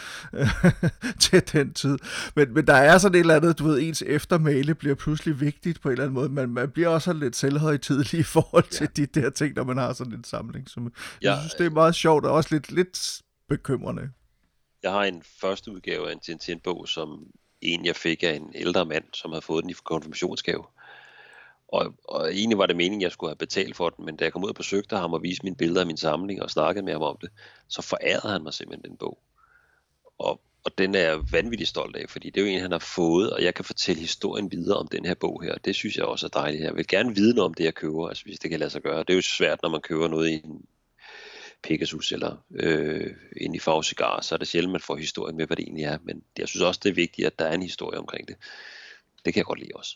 til den tid. Men, men der er sådan et eller andet, du ved, ens eftermæle bliver pludselig vigtigt på en eller anden måde. Man, man bliver også lidt selvhøjtidelig i forhold til ja. de der ting, når man har sådan en samling. Som, ja, jeg synes, det er meget sjovt, og også lidt, lidt bekymrende. Jeg har en første udgave af en Tintin-bog, som en, jeg fik af en ældre mand, som havde fået den i konfirmationsgave. Og, og egentlig var det meningen, at jeg skulle have betalt for den, men da jeg kom ud og besøgte ham og viste mine billeder af min samling og snakkede med ham om det, så forærede han mig simpelthen den bog. Og, og den er jeg vanvittigt stolt af, fordi det er jo en, han har fået, og jeg kan fortælle historien videre om den her bog her. Det synes jeg også er dejligt. Jeg vil gerne vide noget om det, jeg køber, altså hvis det kan lade sig gøre. Det er jo svært, når man køber noget i en Pegasus eller øh, ind i Farve Cigar, så er det sjældent, man får historien med, hvad det egentlig er. Men jeg synes også, det er vigtigt, at der er en historie omkring det. Det kan jeg godt lide også.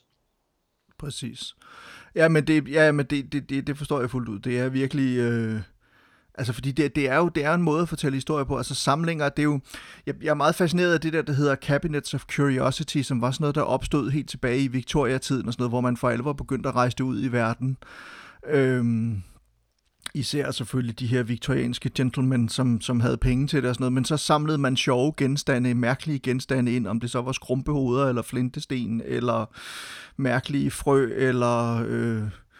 Præcis. Ja, men det, ja, men det, det, det, det forstår jeg fuldt ud. Det er virkelig... Øh, altså, fordi det, det er jo det er en måde at fortælle historier på. Altså, samlinger, det er jo... Jeg, jeg er meget fascineret af det der, der hedder Cabinets of Curiosity, som var sådan noget, der opstod helt tilbage i Victoria-tiden og sådan noget, hvor man for alvor begyndte at rejse det ud i verden. Øhm... Især selvfølgelig de her viktorianske gentlemen, som, som havde penge til det og sådan noget, men så samlede man sjove genstande, mærkelige genstande ind, om det så var skrumpehoveder, eller flintesten, eller mærkelige frø, eller øh,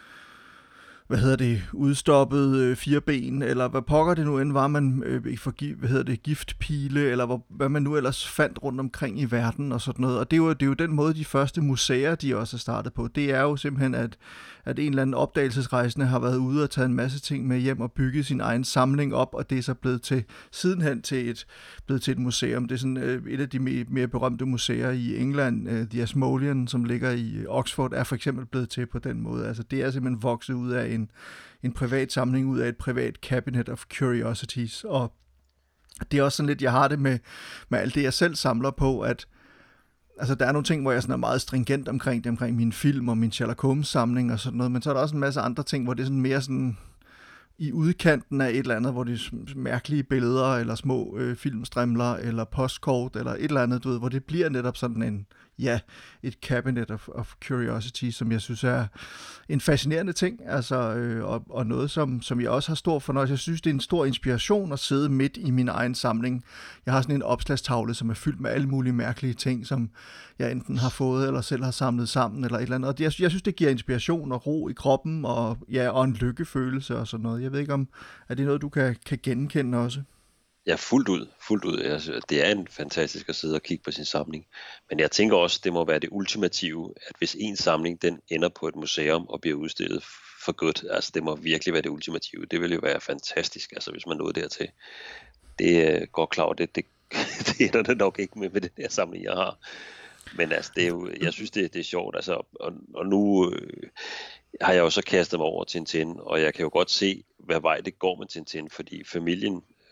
hvad hedder det, udstoppet øh, fireben, eller hvad pokker det nu end var, man øh, for, hvad hedder det, giftpile, eller hvor, hvad man nu ellers fandt rundt omkring i verden og sådan noget. Og det er jo, det er jo den måde, de første museer, de også er startet på. Det er jo simpelthen, at, at en eller anden opdagelsesrejsende har været ude og taget en masse ting med hjem og bygget sin egen samling op, og det er så blevet til, sidenhen til et, blevet til et museum. Det er sådan øh, et af de mere, mere berømte museer i England, øh, The Ashmolean, som ligger i Oxford, er for eksempel blevet til på den måde. Altså det er simpelthen vokset ud af en, en privat samling, ud af et privat cabinet of curiosities, og det er også sådan lidt, jeg har det med, med alt det, jeg selv samler på, at altså, der er nogle ting, hvor jeg sådan er meget stringent omkring det, omkring min film og min Sherlock Holmes-samling og sådan noget, men så er der også en masse andre ting, hvor det er sådan mere sådan i udkanten af et eller andet, hvor det er mærkelige billeder, eller små øh, filmstrimler, eller postkort, eller et eller andet, du ved, hvor det bliver netop sådan en, ja, et cabinet of, of curiosity, som jeg synes er en fascinerende ting, altså, øh, og, og noget, som, som jeg også har stor fornøjelse. Jeg synes, det er en stor inspiration at sidde midt i min egen samling. Jeg har sådan en opslagstavle, som er fyldt med alle mulige mærkelige ting, som jeg enten har fået, eller selv har samlet sammen, eller et eller andet. Og jeg, jeg synes, det giver inspiration og ro i kroppen, og, ja, og en lykkefølelse og sådan noget. Jeg ved ikke, om er det noget, du kan, kan genkende også? Ja, fuldt ud. Fuldt ud. Altså, det er en fantastisk at sidde og kigge på sin samling. Men jeg tænker også, det må være det ultimative, at hvis en samling den ender på et museum og bliver udstillet for godt, altså det må virkelig være det ultimative. Det vil jo være fantastisk, altså hvis man nåede dertil. Det uh, går klart, det, det, det ender det nok ikke med, med den her samling, jeg har. Men altså, det er jo, jeg synes, det, det er sjovt. Altså, og, og nu øh, har jeg jo så kastet mig over Tintin, og jeg kan jo godt se, hvad vej det går med Tintin, fordi familien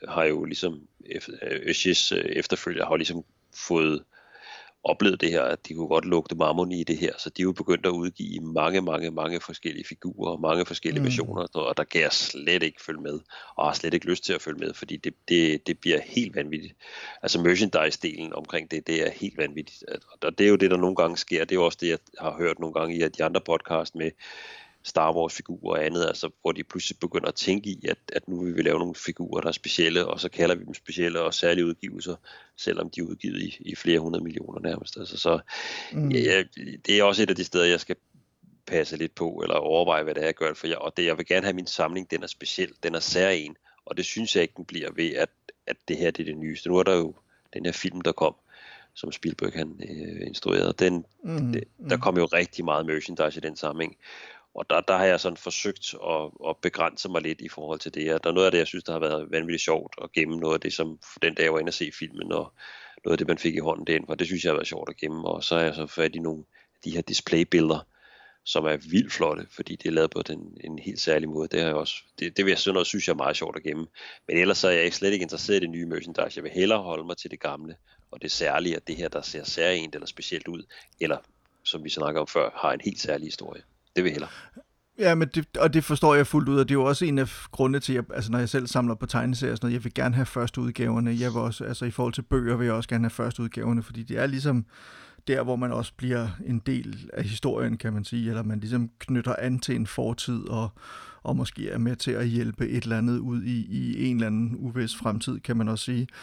har jo ligesom, Hergés efterfølger har jo ligesom fået oplevet det her, at de kunne godt lugte Mammon i det her, så de er jo begyndt at udgive mange, mange, mange forskellige figurer og mange forskellige mm. versioner, og der kan jeg slet ikke følge med, og har slet ikke lyst til at følge med, fordi det, det, det bliver helt vanvittigt. Altså merchandise-delen omkring det, det er helt vanvittigt, og det er jo det, der nogle gange sker. Det er jo også det, jeg har hørt nogle gange i de andre podcast med Star Wars figurer og andet, altså hvor de pludselig begynder at tænke i, at, at nu vil vi lave nogle figurer, der er specielle, og så kalder vi dem specielle og særlige udgivelser, selvom de er udgivet i, i flere hundrede millioner nærmest. Altså, så mm. ja, det er også et af de steder, jeg skal passe lidt på, eller overveje, hvad det er, jeg gør, for jeg, og det, jeg vil gerne have min samling, den er speciel, den er særlig, og det synes jeg ikke, den bliver ved, at, at det her det er det nyeste. Nu er der jo den her film, der kom, som Spielberg han øh, instruerede, den, mm. det, der kom jo rigtig meget merchandise i den samling. Og der, der har jeg sådan forsøgt at, at begrænse mig lidt i forhold til det. Og der er noget af det, jeg synes, der har været vanvittigt sjovt at gemme noget af det, som den dag jeg var inde og se filmen, og noget af det, man fik i hånden derinde, for det synes jeg har været sjovt at gemme. Og så har jeg så fat i nogle af de her displaybilleder, som er vildt flotte, fordi det er lavet på den, en helt særlig måde. Det, har jeg også, det, det vil jeg sådan noget, synes jeg er meget sjovt at gemme. Men ellers så er jeg slet ikke interesseret i det nye merchandise. Jeg vil hellere holde mig til det gamle, og det særlige, at det her, der ser særligt eller specielt ud, eller som vi snakker om før, har en helt særlig historie. Det vil jeg hellere. Ja, men det, og det forstår jeg fuldt ud, og det er jo også en af grundene til, at altså, når jeg selv samler på tegneserier og sådan noget, jeg vil gerne have første udgaverne. Jeg vil også, altså i forhold til bøger vil jeg også gerne have første udgaverne, fordi det er ligesom der, hvor man også bliver en del af historien, kan man sige, eller man ligesom knytter an til en fortid, og, og måske er med til at hjælpe et eller andet ud i, i en eller anden uvis fremtid, kan man også sige.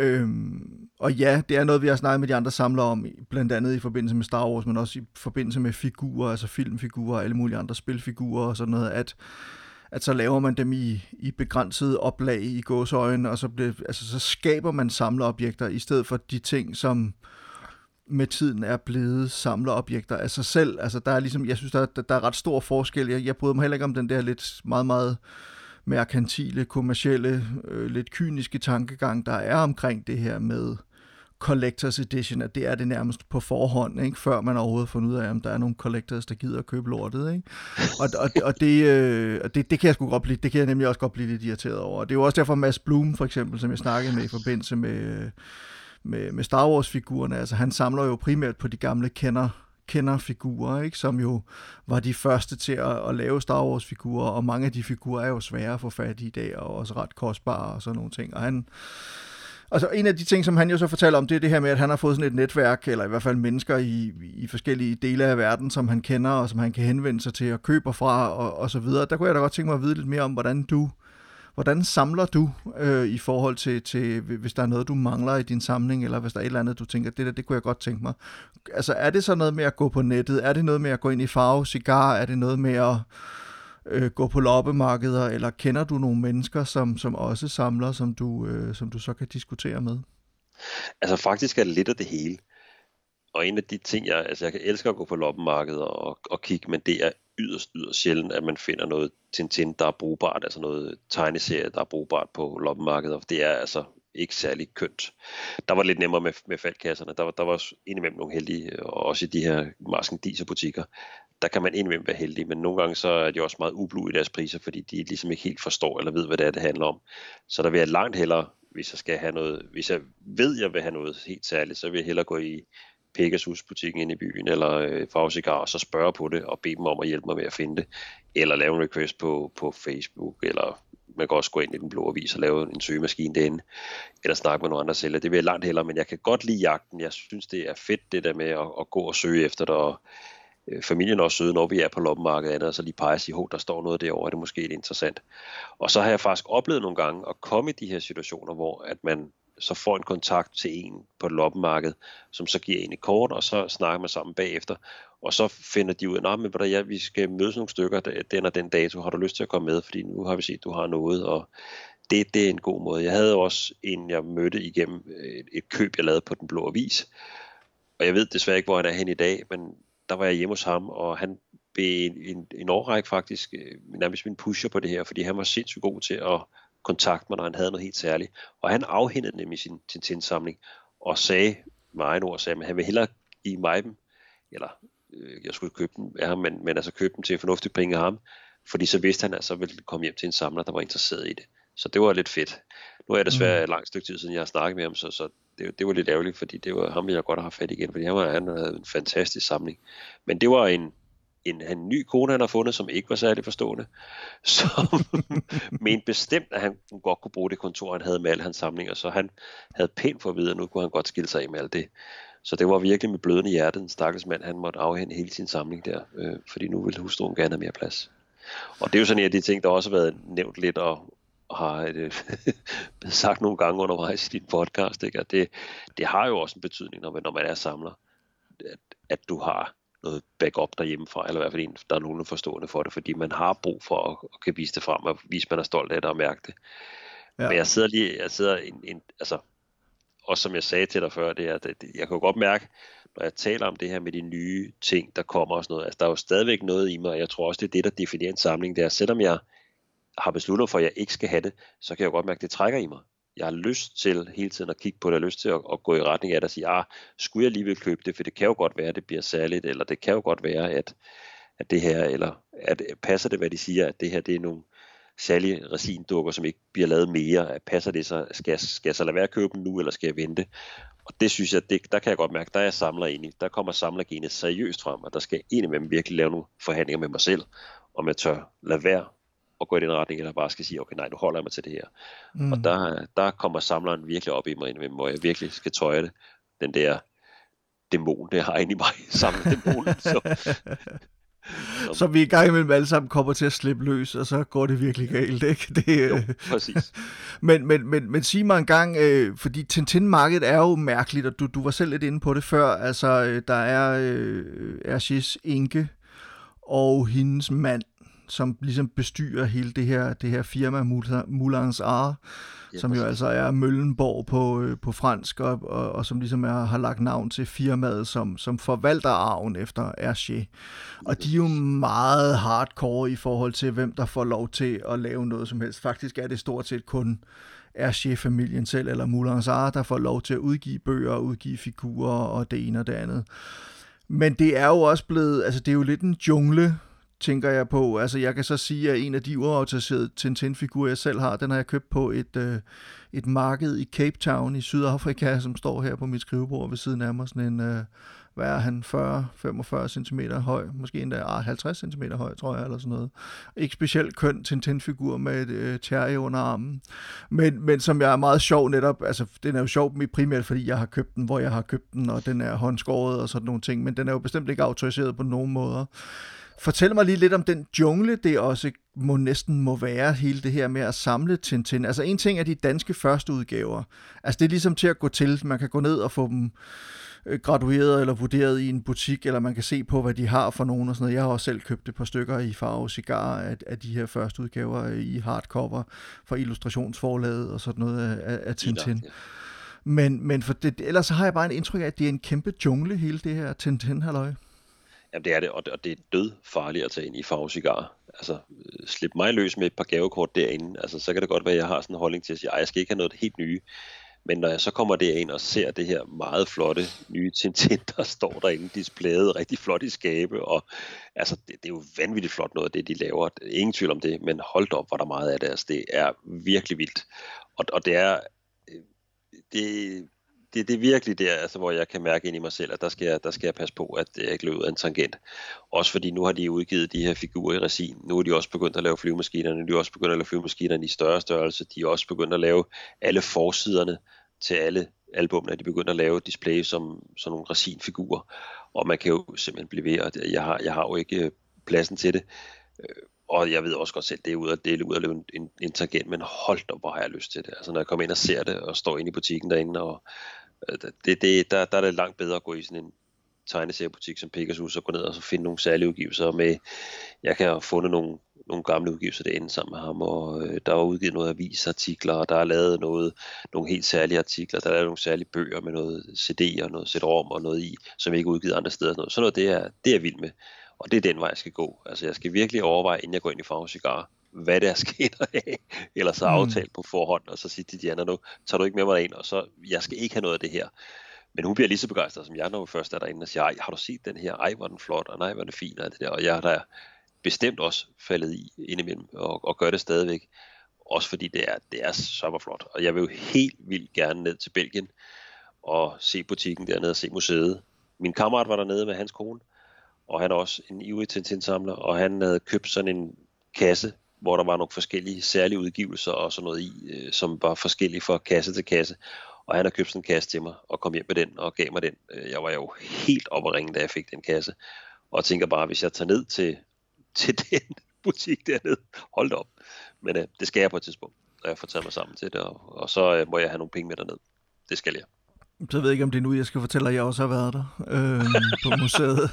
Øhm, og ja, det er noget, vi har snakket med de andre samlere om, blandt andet i forbindelse med Star Wars, men også i forbindelse med figurer, altså filmfigurer og alle mulige andre spilfigurer og sådan noget, at at så laver man dem i, i begrænsede oplag i gåseøjne, og så, bliver, altså, så skaber man samleobjekter, i stedet for de ting, som med tiden er blevet samlerobjekter af sig selv. Altså der er ligesom, jeg synes, der, der, der er ret stor forskel. Jeg, jeg bryder mig heller ikke om den der lidt meget, meget merkantile, kommercielle, øh, lidt kyniske tankegang, der er omkring det her med Collectors Edition, at det er det nærmest på forhånd, ikke? Før man overhovedet fundet ud af, om der er nogle collectors, der gider at købe lortet. Ikke? Og, og, og, det, øh, og det, det kan jeg sgu godt blive, det kan jeg nemlig også godt blive lidt irriteret over. Det er jo også derfor Mads Bloom, for eksempel, som jeg snakkede med i forbindelse med Med, med Star Wars-figurerne, altså han samler jo primært på de gamle kender, kender-figurer, ikke? Som jo var de første til at, at lave Star Wars-figurer, og mange af de figurer er jo svære at få fat i i dag, og også ret kostbare og sådan nogle ting. Og han, altså en af de ting, som han jo så fortæller om, det er det her med, at han har fået sådan et netværk, eller i hvert fald mennesker i, i forskellige dele af verden, som han kender, og som han kan henvende sig til og køber fra, og, og så videre. Der kunne jeg da godt tænke mig at vide lidt mere om, hvordan du Hvordan samler du øh, i forhold til, til, hvis der er noget, du mangler i din samling, eller hvis der er et eller andet, du tænker, det der, det kunne jeg godt tænke mig. Altså, er det så noget med at gå på nettet? Er det noget med at gå ind i Farve Cigar? Er det noget med at øh, gå på loppemarkeder? Eller kender du nogle mennesker, som, som også samler, som du, øh, som du så kan diskutere med? Altså, faktisk er det lidt af det hele. Og en af de ting, jeg, altså jeg kan elske at gå på loppemarkeder og, og kigge, men det er yderst, yderst sjældent, at man finder noget Tintin, der er brugbart, altså noget tegneserie, der er brugbart på loppemarkeder. Det er altså ikke særlig kønt. Der var lidt nemmere med, med faldkasserne. Der var, der var indimellem nogle heldige, og også i de her marskandisebutikker, der kan man indimellem være heldig, men nogle gange så er de også meget ublu i deres priser, fordi de ligesom ikke helt forstår eller ved, hvad det er, det handler om. Så der vil jeg langt hellere, hvis jeg skal have noget, hvis jeg ved, jeg vil have noget helt særligt, så vil jeg hellere gå i Pegasus-butikken inde i byen, eller øh, Farve Cigar, og så spørge på det, og bede dem om at hjælpe mig med at finde det, eller lave en request på, på Facebook, eller man kan også gå ind i Den Blå Avis og lave en søgemaskine derinde, eller snakke med nogle andre sælgere. Det vil jeg langt hellere, men jeg kan godt lide jagten. Jeg synes, det er fedt, det der med at, at gå og søge efter det, og øh, familien er også søde, når vi er på loppemarkedet, og så lige pege og sige, hov, der står noget derovre, er det måske lidt interessant. Og så har jeg faktisk oplevet nogle gange at komme i de her situationer, hvor at man så får en kontakt til en på et loppemarked, som så giver en et kort, og så snakker man sammen bagefter, og så finder de ud af, nej, men ja, vi skal mødes nogle stykker, den og den dato, har du lyst til at komme med, fordi nu har vi set, du har noget, og det, det er en god måde. Jeg havde også en, jeg mødte igennem et, et køb, jeg lavede på Den Blå Avis, og jeg ved desværre ikke, hvor han er hen i dag, men der var jeg hjemme hos ham, og han blev en, en, en årrække faktisk, nærmest min pusher på det her, fordi han var sindssygt god til at kontakte mig, når han havde noget helt særligt. Og han afhændede nemlig sin Tintin-samling, og sagde, med egen ord, sagde, at han ville hellere give mig dem, eller øh, jeg skulle købe dem af ham, men, men altså købe dem til en fornuftig penge af ham, fordi så vidste han, at så ville komme hjem til en samler, der var interesseret i det. Så det var lidt fedt. Nu er det desværre Mm. et langt stykke tid siden, jeg har snakket med ham, så, så det, det var lidt ærgerligt, fordi det var ham, jeg godt har haft fat igen, fordi han, var, han havde en fantastisk samling. Men det var en, en, en ny kone, han har fundet, som ikke var særlig forstående, som mente bestemt, at han godt kunne bruge det kontor, han havde med alle hans samlinger, så han havde pænt for at vide, at nu kunne han godt skille sig af med alt det. Så det var virkelig med blødende hjerte, den stakkels mand, han måtte afhænde hele sin samling der, øh, fordi nu ville hustruen gerne have mere plads. Og det er jo sådan en af de ting, der også har været nævnt lidt, og, og har øh, sagt nogle gange undervejs i din podcast, ikke? At det, det har jo også en betydning, når man, når man er samler, at, at du har noget backup derhjemmefra, eller i hvert fald en, der er nogen forstående for det, fordi man har brug for at, at kan vise det frem, og vise, at man er stolt af det og mærke det. Ja. Men jeg sidder lige, jeg sidder en, en, altså, også som jeg sagde til dig før, det er, at jeg kan jo godt mærke, når jeg taler om det her med de nye ting, der kommer og sådan noget, altså der er jo stadigvæk noget i mig, og jeg tror også, det er det, der definerer en samling, det er, selvom jeg har besluttet for, at jeg ikke skal have det, så kan jeg godt mærke, at det trækker i mig. Jeg har lyst til hele tiden at kigge på det, jeg har lyst til at, at gå i retning af det og sige, ah, skulle jeg alligevel købe det, for det kan jo godt være, at det bliver særligt, eller det kan jo godt være, at, at det her, eller at, passer det, hvad de siger, at det her, det er nogle særlige resindukker, som ikke bliver lavet mere, at passer det så, skal jeg, skal jeg så lade være at købe dem nu, eller skal jeg vente? Og det synes jeg, det, der kan jeg godt mærke, der er jeg samler ind i, der kommer samlergenet seriøst frem, og der skal jeg indimellem virkelig lave nogle forhandlinger med mig selv, om jeg tør lade være og gå i den retning, eller bare skal sige, okay, nej, nu holder jeg mig til det her. Mm. Og der, der kommer samleren virkelig op i mig indimellem, hvor jeg virkelig skal tøje det, den der dæmon, der har inde i mig, samledæmonen. Så, så. så vi i gang imellem alle sammen kommer til at slippe løs, og så går det virkelig galt, ikke? Det, jo, præcis. men, men, men, men sig mig en gang, øh, fordi Tintin-markedet er jo mærkeligt, og du, du var selv lidt inde på det før, altså der er øh, Hergés enke og hendes mand, som ligesom bestyrer hele det her, det her firma, Moulins Art, ja, som jo altså er Møllenborg på, øh, på fransk, og, og, og som ligesom er, har lagt navn til firmaet, som, som forvalter arven efter Hergé. Og de er jo meget hardcore i forhold til, hvem der får lov til at lave noget som helst. Faktisk er det stort set kun Hergé-familien selv, eller Moulins Art, der får lov til at udgive bøger, udgive figurer, og det ene og det andet. Men det er jo også blevet, altså det er jo lidt en jungle, tænker jeg på. Altså jeg kan så sige, at en af de uautoriserede Tintin-figurer, jeg selv har, den har jeg købt på et, øh, et marked i Cape Town i Sydafrika, som står her på mit skrivebord ved siden af mig. Sådan en, øh, hvad er han, fyrre til femogfyrre centimeter høj, måske endda ah, halvtreds centimeter høj, tror jeg, eller sådan noget. Ikke specielt køn Tintin-figur med et øh, terrier under armen. Men, men som jeg er meget sjov netop, altså den er jo sjov primært, fordi jeg har købt den, hvor jeg har købt den, og den er håndskåret og sådan nogle ting, men den er jo bestemt ikke autoriseret på nogen måder. Fortæl mig lige lidt om den jungle, det også må næsten må være, hele det her med at samle Tintin. Altså en ting er de danske førsteudgaver. Altså det er ligesom til at gå til. Man kan gå ned og få dem gradueret eller vurderet i en butik, eller man kan se på, hvad de har for nogen og sådan noget. Jeg har også selv købt et par stykker i Farve Cigar af, af de her førsteudgaver i hardcover fra Illustrationsforlaget og sådan noget af, af Tintin. Men, men for det, ellers så har jeg bare en indtryk af, at det er en kæmpe jungle, hele det her Tintin-halløj. Jamen det er det, og det, og det er død farligt at tage ind i Farve Cigar. Altså, slip mig løs med et par gavekort derinde. Altså, så kan det godt være, at jeg har sådan en holdning til at sige, at jeg skal ikke have noget helt nye. Men når jeg så kommer derind og ser det her meget flotte nye Tintin, der står derinde displayet rigtig flot i skabe, og altså, det, det er jo vanvittigt flot noget, det de laver. Ingen tvivl om det, men hold op, hvor der meget af det. Altså, det er virkelig vildt. Og, og det er... Det, Det, det er virkelig der, altså, hvor jeg kan mærke ind i mig selv, at der skal, jeg, der skal jeg passe på, at jeg ikke løber ud af en tangent. Også fordi nu har de udgivet de her figurer i resin. Nu er de også begyndt at lave flyvemaskinerne. Nu er de også begyndt at lave flyvemaskinerne i større størrelse. De er også begyndt at lave alle forsiderne til alle albumene. De er begyndt at lave display som, som nogle resinfigurer. Og man kan jo simpelthen blive ved, og jeg har, jeg har jo ikke pladsen til det. Og jeg ved også godt selv, det er ud at dele ud at løbe en, en, en tangent, men hold da, hvor har jeg lyst til det. Altså når jeg kommer ind og ser det, og står inde i butikken derinde, og det, det, der, der er det langt bedre at gå i sådan en tegneseriebutik som Pegasus, og gå ned og så finde nogle særlige udgivelser med. Jeg kan have fundet nogle, nogle gamle udgivelser derinde sammen med ham, og øh, der var udgivet noget avisartikler, og der er lavet noget, nogle helt særlige artikler, der er lavet nogle særlige bøger med noget C D og noget C D-rom og noget i, som ikke er udgivet andre steder. Noget. Sådan noget, det er, det er vild med. Og det er den vej, jeg skal gå. Altså, jeg skal virkelig overveje, inden jeg går ind i Farve Cigar, hvad det er sket af, eller så aftalt på forhånd, og så sige til Diana, nu tager du ikke med mig ind, og så, jeg skal ikke have noget af det her. Men hun bliver lige så begejstret som jeg, når hun først er derinde og siger, ej, har du set den her? Ej, hvor er den flot, og nej, hvor er den fin, og det der. Og jeg har da bestemt også faldet i indimellem, og, og gør det stadigvæk. også fordi det er, det er så flot. Og jeg vil jo helt vildt gerne ned til Belgien og se butikken dernede og se museet. Min kammerat var dernede med hans kone, og han er også en ivrig Tintin-samler, og han havde købt sådan en kasse, hvor der var nogle forskellige særlige udgivelser og sådan noget i, øh, som var forskellige fra kasse til kasse. Og han har købt sådan en kasse til mig, og kom hjem med den, og gav mig den. Jeg var jo helt oppe at ringe, da jeg fik den kasse. Og tænker bare, hvis jeg tager ned til, til den butik dernede, hold da op. Men øh, det skal jeg på et tidspunkt, og jeg får taget mig sammen til det, og, og så øh, må jeg have nogle penge med derned. Det skal jeg. Så jeg ved ikke, om det er nu, jeg skal fortælle, at jeg også har været der øh, på museet,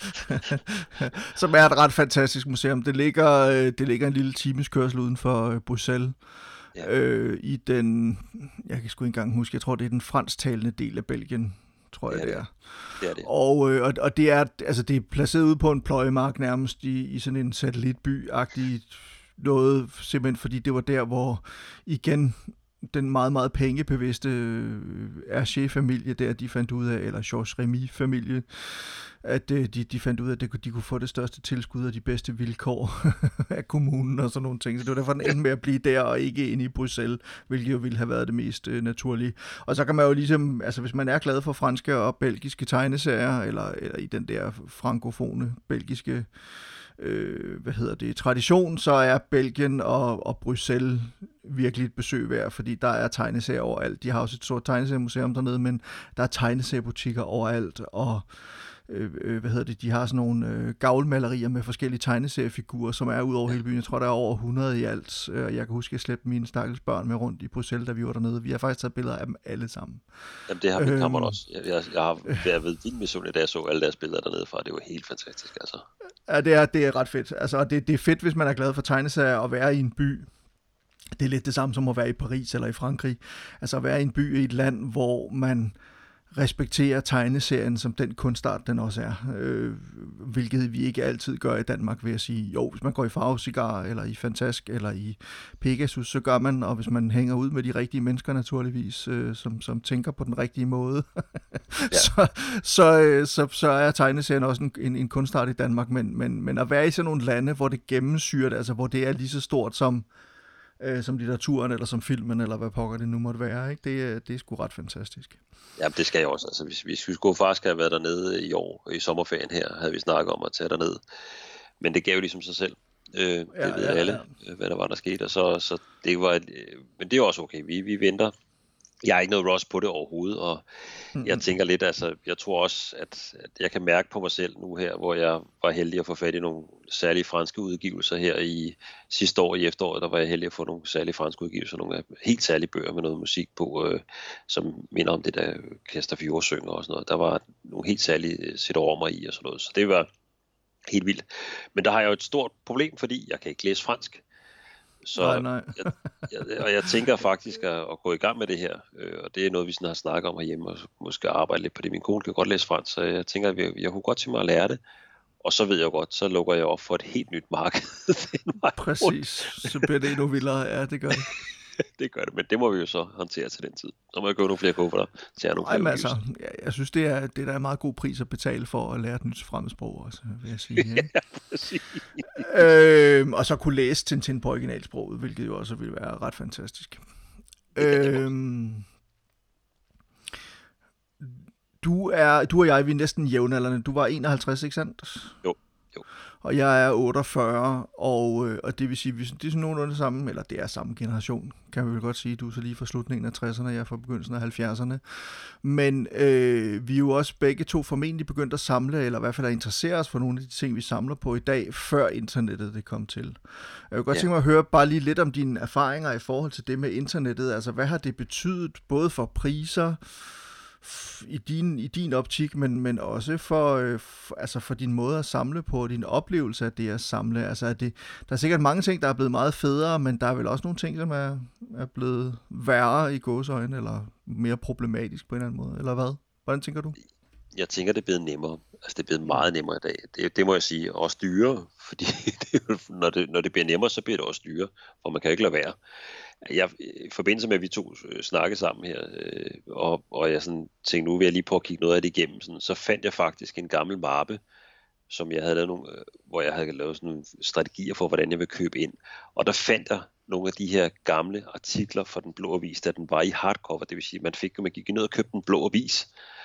som er et ret fantastisk museum. Det ligger, øh, det ligger en lille times kørsel uden for øh, Bruxelles, ja. øh, i den, jeg kan sgu ikke engang huske, jeg tror, det er den fransktalende del af Belgien, tror jeg, det er. Det er det. Og, øh, og, og det er, altså det er placeret ude på en pløjemark nærmest i, i sådan en satellitby-agtig noget, simpelthen fordi det var der, hvor igen den meget, meget pengebevidste Hergé-familie der, de fandt ud af, eller Georges Remy-familie, at de, de fandt ud af, at de kunne få det største tilskud og de bedste vilkår af kommunen og sådan nogle ting. Så det var derfor, den endte med at blive der og ikke inde i Bruxelles, hvilket jo ville have været det mest øh, naturlige. Og så kan man jo ligesom, altså hvis man er glad for franske og belgiske tegneserier, eller, eller i den der frankofone belgiske Øh, hvad hedder det, tradition, så er Belgien og, og Bruxelles virkelig et besøg værd, fordi der er tegneserier overalt. De har også et stort tegneseriemuseum dernede, men der er tegneseriebutikker overalt, og øh, hvad hedder det, de har sådan nogle øh, gavlmalerier med forskellige tegneseriefigurer, som er ud over hele byen. Jeg tror, der er over hundrede i alt. Jeg kan huske, at jeg slæbte mine stakkels børn med rundt i Bruxelles, da vi var dernede. Vi har faktisk taget billeder af dem alle sammen. Jamen, det har min øhm, kammerat også. Jeg, jeg, jeg har været ved din mission, da jeg så alle deres billeder dernede fra. Det var helt fantastisk, altså. Ja, det er, det er ret fedt. Altså, det, det er fedt, hvis man er glad for tegneserier og være i en by. Det er lidt det samme som at være i Paris eller i Frankrig. Altså at være i en by i et land, hvor man respekterer tegneserien som den kunstart, den også er. Øh, hvilket vi ikke altid gør i Danmark, vil jeg sige. Jo, hvis man går i Farve Cigar, eller i Fantask, eller i Pegasus, så gør man, og hvis man hænger ud med de rigtige mennesker naturligvis, øh, som, som tænker på den rigtige måde, ja. så, så, så, så er tegneserien også en, en, en kunstart i Danmark, men, men, men at være i sådan nogle lande, hvor det gennemsyrer det, altså hvor det er lige så stort som øh, som litteraturen, eller som filmen, eller hvad pokker det nu måtte være, ikke? Det, det er sgu ret fantastisk. Ja, det skal jeg også. Altså, hvis, hvis vi skulle faktisk have været dernede i år, i sommerferien her, havde vi snakket om at tage derned. Men det gav jo ligesom sig selv. Øh, det ja, ved ja, alle, ja. hvad der var, der skete. Og så, så det var et, men det er også okay. Vi, vi venter. Jeg har ikke noget rush på det overhovedet, og mm-hmm. jeg tænker lidt, altså, jeg tror også, at, at jeg kan mærke på mig selv nu her, hvor jeg var heldig at få fat i nogle særlige franske udgivelser her i sidste år i efteråret, der var jeg heldig at få nogle særlige franske udgivelser, nogle helt særlige bøger med noget musik på, øh, som minder om det der Kester Fjord synger og sådan noget. Der var nogle helt særlige cd-rommer i og sådan noget, så det var helt vildt. Men der har jeg jo et stort problem, fordi jeg kan ikke læse fransk. Så nej, nej. jeg, jeg, og jeg tænker faktisk at, at gå i gang med det her, øh, og det er noget, vi sådan har snakket om herhjemme, og måske arbejde lidt på det. Min kone kan godt læse fransk, så jeg tænker, at jeg, jeg kunne godt tænke mig at lære det, og så ved jeg godt, så lukker jeg op for et helt nyt marked. Præcis, så bliver det endnu vildere, ja, det gør det. Det gør det, men det må vi jo så håndtere til den tid. Så må jeg købe nogle flere kufferter til at nogle flere. Ej, altså, jeg, jeg synes, det er, det er en meget god pris at betale for at lære et nyt fremmedsprog også, vil jeg sige. Ja, ja præcis. Øhm, og så kunne læse Tintin på originalsproget, hvilket jo også ville være ret fantastisk. Øhm, du, er, du og jeg, vi er næsten jævnaldrende. Du var enoghalvtreds, ikke sandt? Jo. Jo. Og jeg er otteogfyrre, og, og det vil sige, det er sådan nogenlunde det samme, eller det er samme generation, kan vi vel godt sige. Du er så lige fra slutningen af tresserne, jeg er fra begyndelsen af halvfjerdserne. Men øh, vi er jo også begge to formentlig begyndt at samle, eller i hvert fald at interessere os for nogle af de ting, vi samler på i dag, før internettet det kom til. Jeg vil godt ja. tænke mig at høre bare lige lidt om dine erfaringer i forhold til det med internettet. Altså, hvad har det betydet, både for priser, i din, i din optik, men, men også for, øh, for, altså for din måde at samle på, din oplevelse af det at samle. Altså er det, der er sikkert mange ting, der er blevet meget federe, men der er vel også nogle ting, som er, er blevet værre i gåseøjne, eller mere problematisk på en eller anden måde, eller hvad? Hvordan tænker du? Jeg tænker, det er blevet nemmere. Altså det er blevet meget nemmere i dag. Det, det må jeg sige. Også dyrere, fordi det, når, det, når det bliver nemmere, så bliver det også dyrere, for man kan jo ikke lade være. Jeg, i forbindelse med, at vi to snakkede sammen her, øh, og, og jeg sådan tænkte, nu vil jeg lige prøve at kigge noget af det igennem, sådan, så fandt jeg faktisk en gammel mappe, som jeg havde lavet nogle, øh, hvor jeg havde lavet sådan nogle strategier for, hvordan jeg vil købe ind. Og der fandt jeg nogle af de her gamle artikler fra Den Blå Avis, da den var i hardcover. Det vil sige, at man fik, man gik ned og købte Den Blå Avis,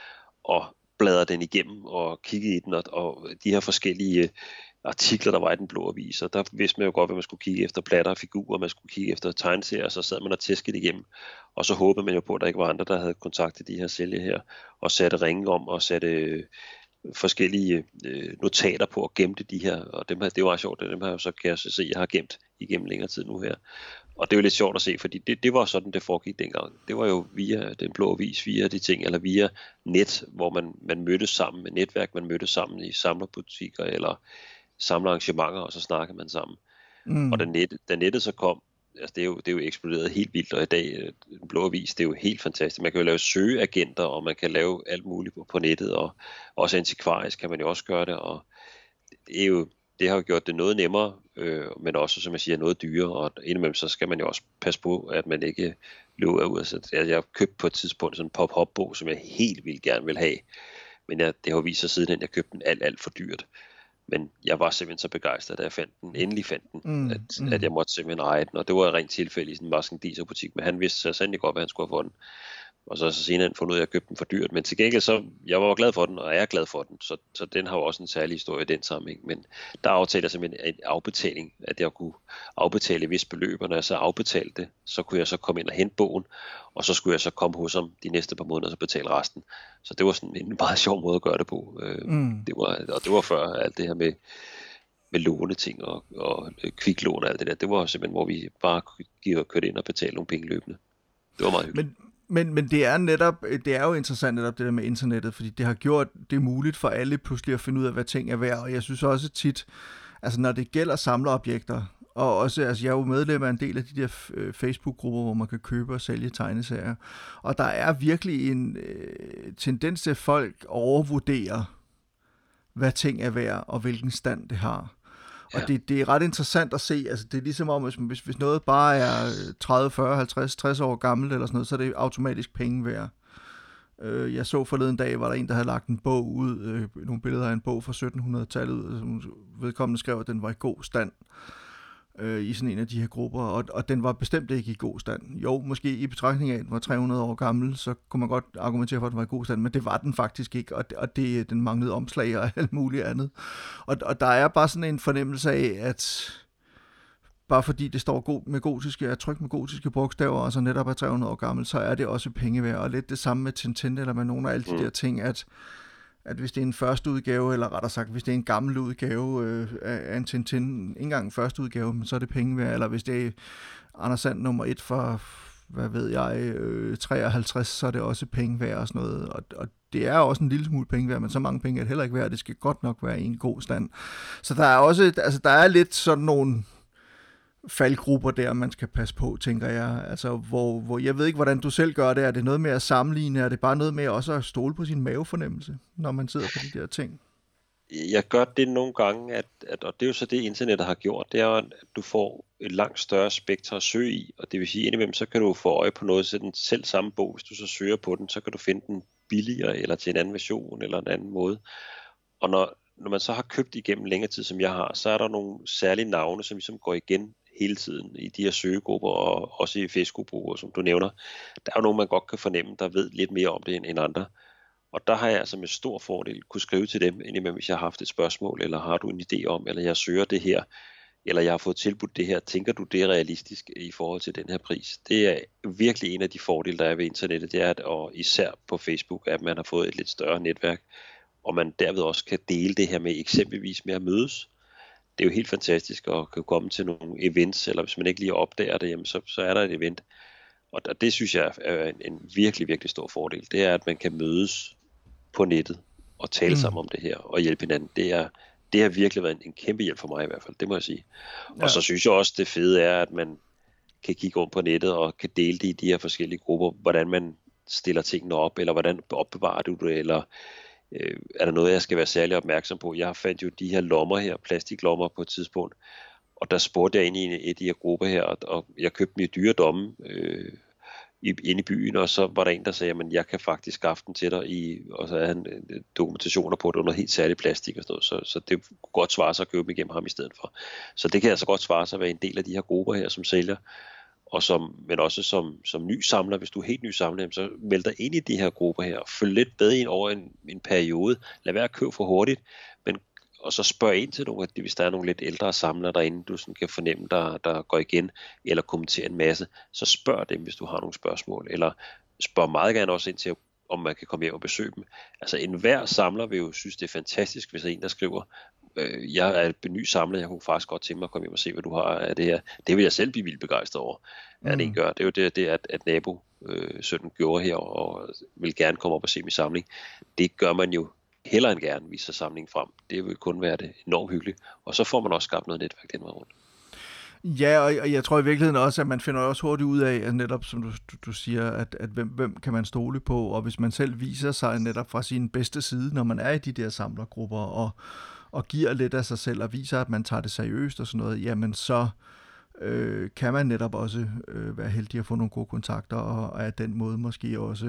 og bladrede den igennem og kiggede i den, og, og de her forskellige artikler, der var i Den Blå Avis, og der vidste man jo godt, hvad man skulle kigge efter, platter og figurer, man skulle kigge efter tegneserier, og så sad man og tæskede igennem, og så håbede man jo på, at der ikke var andre, der havde kontaktet de her sælgere her, og satte ringe om, og satte øh, forskellige øh, notater på, og gemte de her, og dem her, det var sjovt, dem har jeg så, kan jeg så se, jeg har gemt igennem længere tid nu her. Og det er jo lidt sjovt at se, fordi det, det var sådan, det foregik dengang. Det var jo via Den Blå Avis, via de ting, eller via net, hvor man, man mødtes sammen med netværk, man mødtes sammen i samlerbutikker, eller samlerarrangementer, og så snakkede man sammen. Mm. Og da nettet, da nettet så kom, altså det er, jo, det er jo eksploderet helt vildt, og i dag, Den Blå Avis, det er jo helt fantastisk. Man kan jo lave søgeagenter, og man kan lave alt muligt på, på nettet, og også antikvarisk kan man jo også gøre det, og det er jo, det har jo gjort det noget nemmere, øh, men også, som jeg siger, noget dyrere, og indimellem så skal man jo også passe på, at man ikke løber ud. Altså, jeg har købt på et tidspunkt sådan en pop-up-bog, som jeg helt vildt gerne vil have, men jeg, det har vist sig siden, at jeg købte den alt, alt for dyrt. Men jeg var simpelthen så begejstret, da jeg fandt den, endelig fandt den, mm, at, mm. at jeg måtte simpelthen eje den, og det var et rent tilfælde i sådan en Marskandisser-butik, men han vidste så sandelig godt, hvad han skulle have for den. Og så, så senere fundet ud af, at jeg købte den for dyrt, men til gengæld så, jeg var glad for den, og jeg er glad for den, så, så den har jo også en særlig historie i den sammenhæng, men der aftalte jeg simpelthen en afbetaling, at jeg kunne afbetale et vist beløb, og når jeg så afbetalte det, så kunne jeg så komme ind og hente bogen, og så skulle jeg så komme hos ham de næste par måneder, og så betale resten. Så det var sådan en meget sjov måde at gøre det på. Mm. Det var, og det var før alt det her med, med låneting og, og kviklån og alt det der, det var simpelthen, hvor vi bare kørte ind og betalte nogle penge løbende. Det var meget hyggeligt. Men Men, men det er netop, det er jo interessant netop det der med internettet, fordi det har gjort det muligt for alle pludselig at finde ud af, hvad ting er værd, og jeg synes også tit, altså når det gælder samlerobjekter, og også, altså jeg er jo medlem af en del af de der Facebook-grupper, hvor man kan købe og sælge tegneserier, og der er virkelig en øh, tendens til, at folk overvurderer, hvad ting er værd, og hvilken stand det har. Og ja. det, det er ret interessant at se, altså det er ligesom om, hvis, hvis noget bare er tredive, fyrre, halvtreds, tres år gammelt eller sådan noget, så er det automatisk penge værd. Jeg så forleden dag, var der en, der havde lagt en bog ud, nogle billeder af en bog fra sytten hundrede-tallet ud, som vedkommende skrev, at den var i god stand i sådan en af de her grupper, og, og den var bestemt ikke i god stand. Jo, måske i betragtning af, at den var tre hundrede år gammel, så kunne man godt argumentere for, at den var i god stand, men det var den faktisk ikke, og, det, og det, den manglede omslag og alt muligt andet. Og, og der er bare sådan en fornemmelse af, at bare fordi det står god, med gotiske, er trykt med gotiske bogstaver, og så netop er tre hundrede år gammel, så er det også penge værd, og lidt det samme med Tintin, eller med nogle af alle de der ting, at at hvis det er en første udgave, eller rettere sagt, hvis det er en gammel udgave øh, af en Tintin, ikke engang en første udgave, men så er det penge værd, eller hvis det er Anders Sand nummer et for, hvad ved jeg, øh, treoghalvtreds, så er det også penge værd og sådan noget, og, og det er også en lille smule penge værd, men så mange penge er det heller ikke værd, det skal godt nok være i en god stand. Så der er også, altså der er lidt sådan nogle faldgrupper der, man skal passe på, tænker jeg. Altså, hvor, hvor jeg ved ikke, hvordan du selv gør det. Er det noget med at sammenligne? Er det bare noget med også at stole på sin mavefornemmelse, når man sidder på de der ting? Jeg gør det nogle gange, at, at, og det er jo så det, internettet har gjort, det er, at du får et langt større spektre at søge i, og det vil sige, indimellem så kan du få øje på noget, så den selv samme bog, hvis du så søger på den, så kan du finde den billigere, eller til en anden version, eller en anden måde. Og når, når man så har købt igennem længere tid, som jeg har, så er der nogle særlige navne, som ligesom går igen hele tiden i de her søgegrupper, og også i Facebook-grupper, som du nævner. Der er jo nogen, man godt kan fornemme, der ved lidt mere om det end andre. Og der har jeg altså med stor fordel kunne skrive til dem, indimellem hvis jeg har haft et spørgsmål, eller har du en idé om, eller jeg søger det her, eller jeg har fået tilbudt det her, tænker du det er realistisk i forhold til den her pris? Det er virkelig en af de fordele, der er ved internettet, det er, at, og især på Facebook, at man har fået et lidt større netværk, og man derved også kan dele det her med eksempelvis med at mødes. Det er jo helt fantastisk at kunne komme til nogle events, eller hvis man ikke lige opdager det, jamen så, så er der et event. Og det synes jeg er en, en virkelig, virkelig stor fordel. Det er, at man kan mødes på nettet og tale mm. sammen om det her og hjælpe hinanden. Det, er, det har virkelig været en, en kæmpe hjælp for mig i hvert fald, det må jeg sige. Ja. Og så synes jeg også, det fede er, at man kan kigge rundt på nettet og kan dele det i de her forskellige grupper, hvordan man stiller tingene op, eller hvordan opbevarer du det, eller øh, er der noget, jeg skal være særlig opmærksom på. Jeg har fandt jo de her lommer her, plastiklommer på et tidspunkt, og der spurgte jeg ind i en af de her grupper her, og jeg købte dem i dyre domme, øh, inde i byen, og så var der en, der sagde, at jeg kan faktisk skaffe den til dig, i, og så havde han dokumentationer på det under helt særlig plastik og sådan noget, så, så det kunne godt svare sig at købe dem igennem ham i stedet for. Så det kan altså godt svare sig at være en del af de her grupper her, som sælger, og som, men også som, som ny samler. Hvis du er helt ny samler, så meld dig ind i de her grupper her, og følg lidt bedre ind over en, en periode. Lad være at købe for hurtigt, men og så spørg ind til nogle af de, hvis der er nogle lidt ældre samlere derinde, du sådan kan fornemme, der, der går igen, eller kommenterer en masse, så spørg dem, hvis du har nogle spørgsmål, eller spørg meget gerne også ind til, om man kan komme hjem og besøge dem. Altså enhver samler vil jo synes, det er fantastisk, hvis der er en, der skriver, øh, jeg er en ny samler, jeg kunne faktisk godt tænke mig at komme hjem og se, hvad du har af det her. Det vil jeg selv blive vildt begejstret over, at mm. en gør. Det er jo det, det at, at nabo øh, sønnen gjorde her, og vil gerne komme op og se min samling. Det gør man jo hellere end gerne vise samlingen frem. Det vil kun være det enormt hyggeligt. Og så får man også skabt noget netværk den vej rundt. Ja, og jeg tror i virkeligheden også, at man finder også hurtigt ud af, at netop som du, du, du siger, at, at hvem, hvem kan man stole på, og hvis man selv viser sig netop fra sin bedste side, når man er i de der samlergrupper, og, og giver lidt af sig selv, og viser, at man tager det seriøst og sådan noget, jamen så øh, kan man netop også øh, være heldig at få nogle gode kontakter, og, og af den måde måske også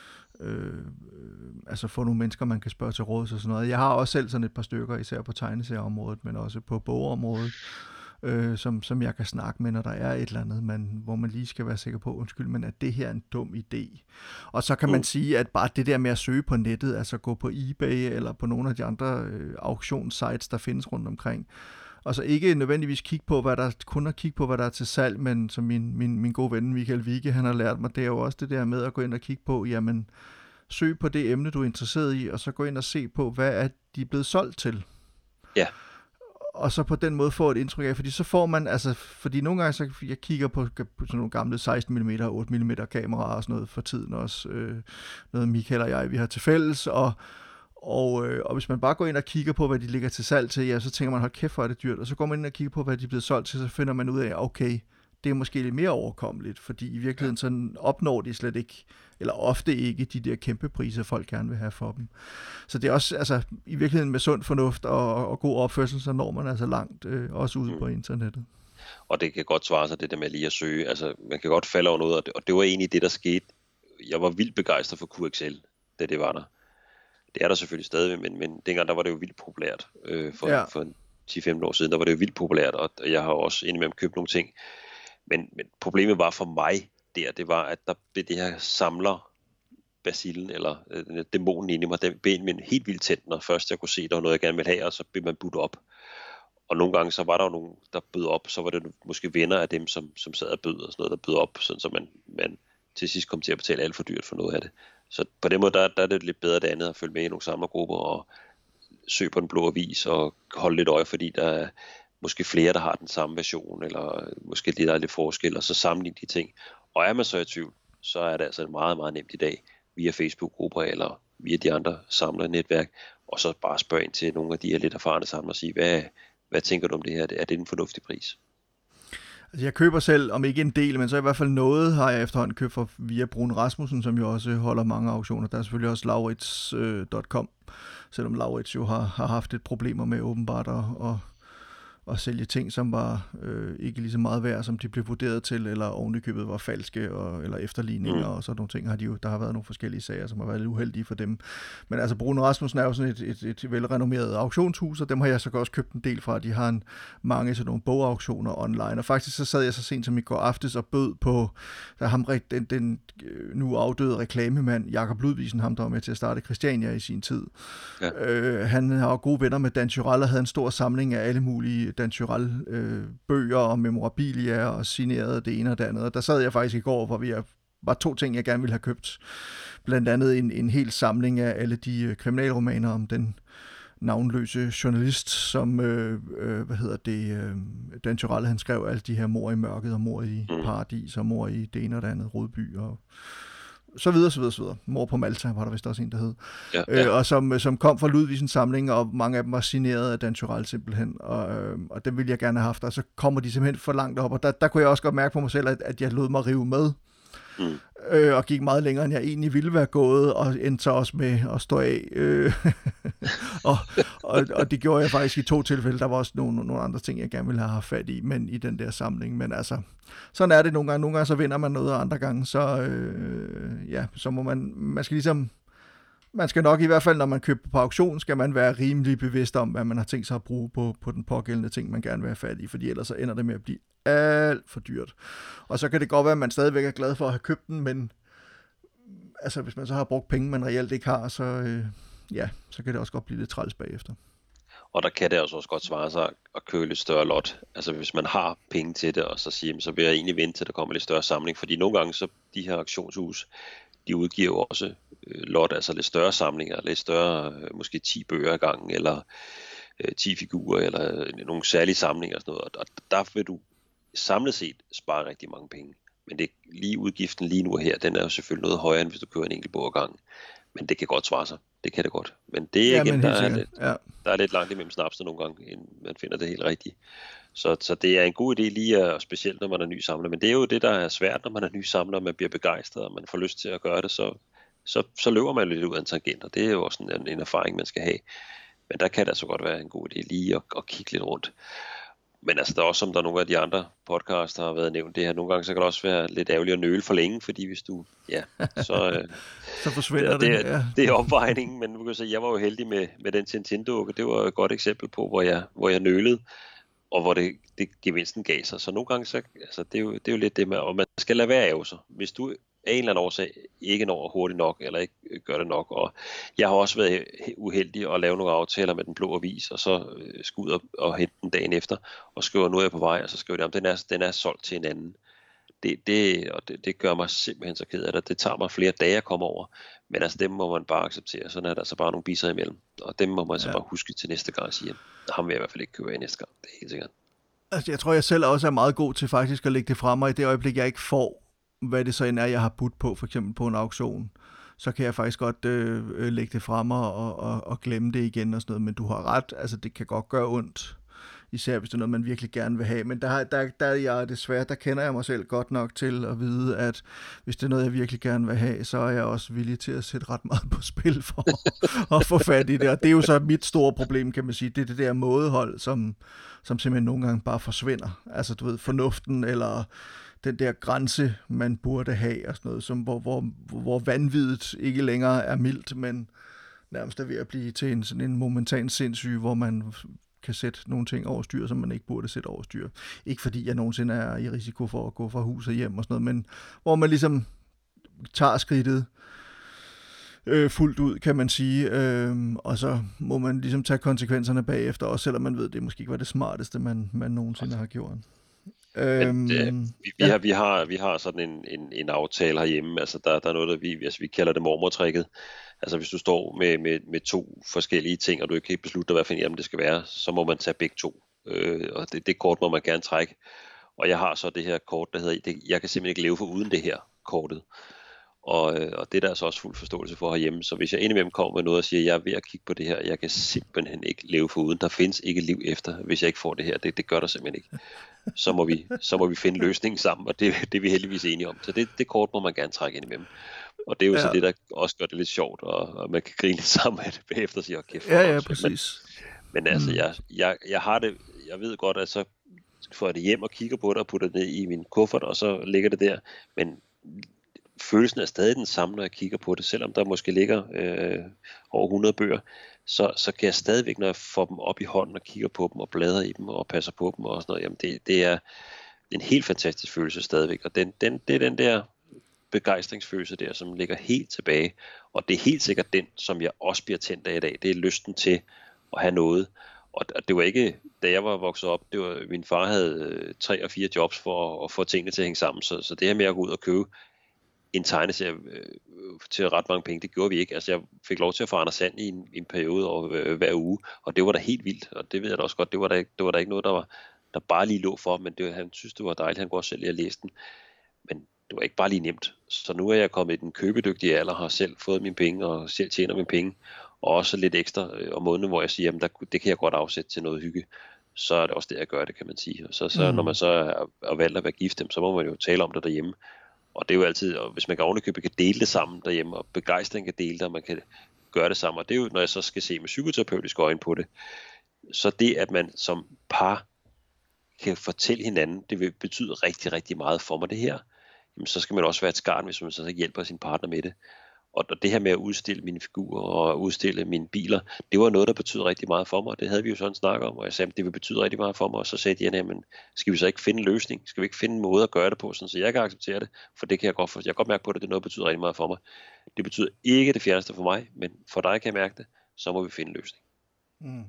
Øh, altså få nogle mennesker, man kan spørge til råds og sådan noget. Jeg har også selv sådan et par stykker, især på tegneserieområdet, men også på bogområdet, øh, som, som jeg kan snakke med, når der er et eller andet, man, hvor man lige skal være sikker på, undskyld, men at det her er en dum idé. Og så kan man sige, at bare det der med at søge på nettet, altså gå på eBay eller på nogle af de andre øh, auktionssites, der findes rundt omkring, og så ikke nødvendigvis kigge på, hvad der kun at kigge på, hvad der er til salg, men som min, min, min gode ven Michael Vigge, han har lært mig, det er jo også det der med at gå ind og kigge på, jamen, søg på det emne, du er interesseret i, og så gå ind og se på, hvad er de blevet solgt til. Ja. Og så på den måde få et indtryk af, fordi så får man, altså, fordi nogle gange, så jeg kigger på, på sådan nogle gamle seksten millimeter og otte millimeter kameraer og sådan noget for tiden også, øh, noget Michael og jeg, vi har til fælles, og Og, øh, og hvis man bare går ind og kigger på, hvad de ligger til salg til, ja, så tænker man, hold kæft, hvor er det dyrt. Og så går man ind og kigger på, hvad de er blevet solgt til, så finder man ud af, okay, det er måske lidt mere overkommeligt, fordi i virkeligheden så opnår de slet ikke, eller ofte ikke, de der kæmpe priser, folk gerne vil have for dem. Så det er også, altså, i virkeligheden med sund fornuft og, og god opførsel, så når man altså langt, øh, også ude mm. på internettet. Og det kan godt svare sig, det der med lige at søge. Altså, man kan godt falde over noget, og det, og det var egentlig det, der skete. Jeg var vildt begejstret for Q X L, da det var der. Det er der selvfølgelig stadig, men, men dengang der var det jo vildt populært. Øh, for, ja. for ti femten år siden, der var det jo vildt populært, og jeg har også indimellem købt nogle ting. Men, men problemet var for mig der, det var, at der blev det her samler bacillen, eller øh, dæmonen inde i mig, den blev men helt vildt tæt, når først jeg kunne se, der var noget, jeg gerne ville have, og så blev man budt op. Og nogle gange, så var der jo nogen, der bød op, så var det måske venner af dem, som, som sad og bød, og sådan noget, der bød op, sådan så man, man til sidst kom til at betale alt for dyrt for noget af det. Så på den måde, der, der er det lidt bedre det andet at følge med i nogle samlergrupper og søge på den blå avis og holde lidt øje, fordi der er måske flere, der har den samme version, eller måske lidt der er lidt forskel, og så sammenligne de ting. Og er man så i tvivl, så er det altså meget, meget nemt i dag via Facebook-grupper eller via de andre samlernetværk, og så bare spørge ind til nogle af de her lidt erfarne samlere og sige, hvad, hvad tænker du om det her? Er det en fornuftig pris? Altså jeg køber selv, om ikke en del, men så i hvert fald noget har jeg efterhånden købt for via Brun Rasmussen, som jo også holder mange auktioner. Der er selvfølgelig også Laurits punktum com, selvom Laurits jo har, har haft et problemer med åbenbart at, at, at sælge ting, som var øh, ikke lige så meget værd, som de blev vurderet til, eller ovenikøbet var falske, og, eller efterligninger, mm. og sådan nogle ting. Har de jo, der har været nogle forskellige sager, som har været lidt uheldige for dem. Men altså Brun Rasmussen er jo sådan et, et, et velrenommeret auktionshus, og dem har jeg så også købt en del fra. De har en, mange sådan nogle bogauktioner online, og faktisk så sad jeg så sent som i går aftes og bød på, der ham, den, den nu afdøde reklamemand, Jakob Ludvigsen, ham der var med til at starte Christiania i sin tid. Ja. Øh, han har gode venner med Dan Tyrell, og havde en stor samling af alle mulige Dan Tyrell øh, bøger og memorabilia og signerede det ene og det andet. Og der sad jeg faktisk i går, hvor vi var to ting, jeg gerne ville have købt. Blandt andet en, en hel samling af alle de øh, kriminalromaner om den navnløse journalist, som, øh, øh, hvad hedder det, øh, Dan Tyrell, han skrev alle de her mord i mørket og mord i paradis og mord i det ene og det andet, Rodby og så videre, så videre, så videre. Mord på Malta var der vist også en, der hed. Ja, ja. Øh, og som, som kom fra Ludvigsens samling, og mange af dem var signeret af Dan Tyrell simpelthen, og, øh, og dem ville jeg gerne have haft, og så kommer de simpelthen for langt op, og der, der kunne jeg også godt mærke på mig selv, at, at jeg lod mig rive med. Mm. øh, og gik meget længere, end jeg egentlig ville være gået, og endte så også med at stå af. Øh, og, og, og det gjorde jeg faktisk i to tilfælde. Der var også nogle, nogle andre ting, jeg gerne ville have haft fat i, men i den der samling. Men altså, sådan er det nogle gange. Nogle gange så vinder man noget, og andre gange så, øh, ja, så må man, man skal ligesom, man skal nok i hvert fald, når man køber på auktion, skal man være rimelig bevidst om, hvad man har tænkt sig at bruge på, på den pågældende ting, man gerne vil have fat i, fordi ellers så ender det med at blive alt for dyrt. Og så kan det godt være, at man stadigvæk er glad for at have købt den, men altså, hvis man så har brugt penge, man reelt ikke har, så, øh, ja, så kan det også godt blive lidt træls bagefter. Og der kan det også godt svare sig at købe lidt større lot. Altså hvis man har penge til det, og så siger, så vil jeg egentlig vente til, der kommer lidt større samling. Fordi nogle gange, så de her auktionshus, de udgiver jo også øh, lot, altså lidt større samlinger, lidt større, øh, måske ti bøger ad gangen, eller øh, ti figurer, eller øh, nogle særlige samlinger og sådan noget. Og der vil du samlet set spare rigtig mange penge. Men det lige udgiften lige nu her, den er jo selvfølgelig noget højere, end hvis du køber en enkelt bog ad gangen. Men det kan godt svare sig. Det kan det godt. Men det er ja, igen, men der, er sikkert. lidt, Ja. der er lidt langt imellem snapsene nogle gange, inden man finder det helt rigtigt. Så, så det er en god idé lige, og specielt når man er ny samler. Men det er jo det, der er svært, når man er ny samler, og man bliver begejstret, og man får lyst til at gøre det, så, så, så løber man lidt ud af en tangent, og det er jo også en, en erfaring, man skal have. Men der kan det altså godt være en god idé lige at, at kigge lidt rundt. Men altså, der er også, som der er nogle af de andre podcasts, der har været nævnt det her, nogle gange så kan det også være lidt ærgerligt at nøle for længe, fordi hvis du, ja, så, øh, så forsvinder det. det. Ja. Det er opvejningen, men du kan sige, jeg var jo heldig med, med den Tintin-dukke. Det var et godt eksempel på, hvor jeg, hvor jeg nølede, og hvor det, det gevinsten gav sig. Så nogle gange, så, altså, det, er jo, det er jo lidt det med, og man skal lade være af sig. Hvis du af en eller anden årsag ikke når hurtigt nok, eller ikke gør det nok. Og jeg har også været uheldig at lave nogle aftaler med Den Blå Avis, og så øh, skal ud og, og hente den dagen efter, og skriver, nu er jeg på vej, og så skriver de, om den er, den er solgt til en anden. Det, det, og det, det gør mig simpelthen så ked af det. Det tager mig flere dage at komme over, men altså dem må man bare acceptere. Sådan er der altså bare nogle biser imellem, og dem må man ja. så bare huske til næste gang og sige, ham vil jeg i hvert fald ikke købe af næste gang. Det er helt sikkert. Altså, jeg tror, jeg selv også er meget god til faktisk at lægge det frem, og i det øjeblik, jeg ikke får, hvad det så end er, jeg har budt på, for eksempel på en auktion, så kan jeg faktisk godt øh, lægge det frem og, og, og glemme det igen og sådan noget, men du har ret, altså det kan godt gøre ondt, især hvis det er noget, man virkelig gerne vil have, men der, der, der er jeg desværre, der kender jeg mig selv godt nok til at vide, at hvis det er noget, jeg virkelig gerne vil have, så er jeg også villig til at sætte ret meget på spil for at få fat i det, og det er jo så mit store problem, kan man sige, det er det der mådehold, som, som simpelthen nogle gange bare forsvinder, altså du ved, fornuften, eller den der grænse, man burde have, og sådan noget, som, hvor, hvor, hvor vanvittigt ikke længere er mildt, men nærmest er ved at blive til en, sådan en momentan sindssyg, hvor man kan sætte nogle ting over styr, som man ikke burde sætte over styr. Ikke fordi jeg nogensinde er i risiko for at gå fra hus og hjem og sådan noget, men hvor man ligesom tager skridtet øh, fuldt ud, kan man sige, øh, og så må man ligesom tage konsekvenserne bagefter, også selvom man ved, at det måske ikke var det smarteste, man, man nogensinde har gjort. Men, øh, vi, vi, ja. har, vi, har, vi har sådan en, en, en aftale herhjemme, altså der, der er noget, der vi, altså vi kalder det mormortrækket. Altså hvis du står med, med, med to forskellige ting, og du ikke kan beslutte dig, hvad for en det skal være, så må man tage begge to. Øh, og det, det kort må man gerne trække. Og jeg har så det her kort, der hedder, det, jeg kan simpelthen ikke leve for uden det her kortet. Og, og det er der altså også fuld forståelse for herhjemme. Så hvis jeg indimellem kommer med noget og siger, jeg er ved at kigge på det her, jeg kan simpelthen ikke leve for uden. Der findes ikke liv efter, hvis jeg ikke får det her. Det, det gør der simpelthen ikke. Så må vi, så må vi finde løsningen sammen, og det, det er vi heldigvis enige om. Så det, det kort må man gerne trække indimellem. Og det er jo ja. så det, der også gør det lidt sjovt, og, og man kan grine lidt sammen af det bagefter og sige, okay, ja, ja, præcis. Men, men altså, mm. jeg, jeg, jeg har det, jeg ved godt, at så får jeg det hjem og kigger på det, og putter det ned i min kuffert, og så ligger det der. Men følelsen er stadig den samme, når jeg kigger på det, selvom der måske ligger øh, over hundrede bøger, så, så kan jeg stadigvæk, når jeg får dem op i hånden og kigger på dem og bladrer i dem og passer på dem og sådan noget, jamen det, det er en helt fantastisk følelse stadigvæk, og den, den, det er den der begejstringsfølelse der, som ligger helt tilbage, og det er helt sikkert den, som jeg også bliver tændt af i dag, det er lysten til at have noget. Og det var ikke, da jeg var vokset op, det var, min far havde tre og fire jobs for at få tingene til at hænge sammen, så, så det her med at gå ud og købe en tegneserie øh, til ret mange penge, det gjorde vi ikke. Altså jeg fik lov til at få Anders Sand i en, en periode og, øh, hver uge, og det var da helt vildt, og det ved jeg da også godt, det var da ikke, det var da ikke noget, der var der bare lige lå for, men det, han synes, det var dejligt, han kunne også selv lige at læse den, men det var ikke bare lige nemt. Så nu er jeg kommet i den købedygtige alder, har selv fået mine penge, og selv tjener mine penge, og også lidt ekstra øh, om måneden, hvor jeg siger, jamen der, det kan jeg godt afsætte til noget hygge. Så er det også det, jeg gør det, kan man sige. Og så, så mm. når man så er, er valgt at være gift, så må man jo tale om det derhjemme. Og det er jo altid, og hvis man kan ovenikøbet kan dele det sammen derhjemme, og begejstring kan dele det, og man kan gøre det sammen. Og det er jo, når jeg så skal se med psykoterapeutisk øjne på det, så det, at man som par kan fortælle hinanden, det vil betyde rigtig, rigtig meget for mig det her, jamen så skal man også være et skarn, hvis man så hjælper sin partner med det. Og det her med at udstille mine figurer og udstille mine biler, det var noget, der betød rigtig meget for mig. Det havde vi jo sådan snakket om, og jeg sagde, at det vil betyde rigtig meget for mig. Og så sagde de, jamen, skal vi så ikke finde en løsning? Skal vi ikke finde en måde at gøre det på, sådan, så jeg kan acceptere det? For det kan jeg godt, for, jeg kan godt mærke på det, det er noget, der betyder rigtig meget for mig. Det betyder ikke det fjerneste for mig, men for dig kan jeg mærke det, så må vi finde en løsning. Mm.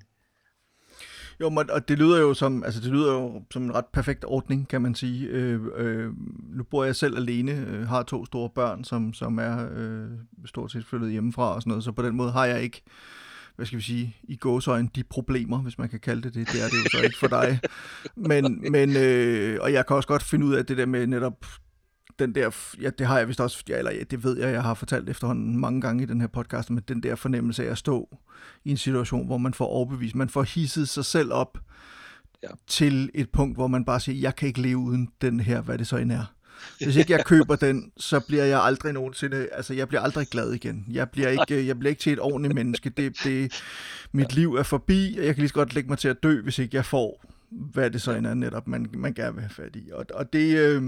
Jo, og det lyder jo som, altså det lyder jo som en ret perfekt ordning, kan man sige. Øh, øh, nu bor jeg selv alene, øh, har to store børn, som, som er øh, stort set flyttet hjemmefra og sådan noget, så på den måde har jeg ikke, hvad skal vi sige, i gåseøjne de problemer, hvis man kan kalde det det. Det er det jo så ikke for dig. Men, men øh, og jeg kan også godt finde ud af det der med netop den der, ja, det har jeg vist også, ja, eller ja, det ved jeg, jeg har fortalt efterhånden mange gange i den her podcast, men den der fornemmelse af at stå i en situation, hvor man får overbevist, man får hisset sig selv op ja. til et punkt, hvor man bare siger, jeg kan ikke leve uden den her, hvad det så end er. Hvis ikke jeg køber den, så bliver jeg aldrig nogensinde, altså jeg bliver aldrig glad igen. Jeg bliver ikke, jeg bliver ikke til et ordentligt menneske. Det, det, mit liv er forbi, og jeg kan lige så godt lægge mig til at dø, hvis ikke jeg får, hvad det så end er netop, man, man gerne vil have fat i. Og, og det... Øh,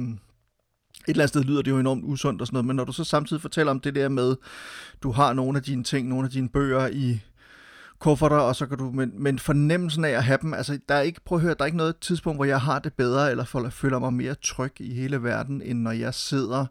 Et eller andet sted lyder det jo enormt usundt og sådan noget, men når du så samtidig fortæller om det der med, du har nogle af dine ting, nogle af dine bøger i kufferter, og så kan du, men, men fornemmelsen af at have dem, altså der er ikke, prøv at høre, der er ikke noget tidspunkt, hvor jeg har det bedre, eller føler mig mere tryg i hele verden, end når jeg sidder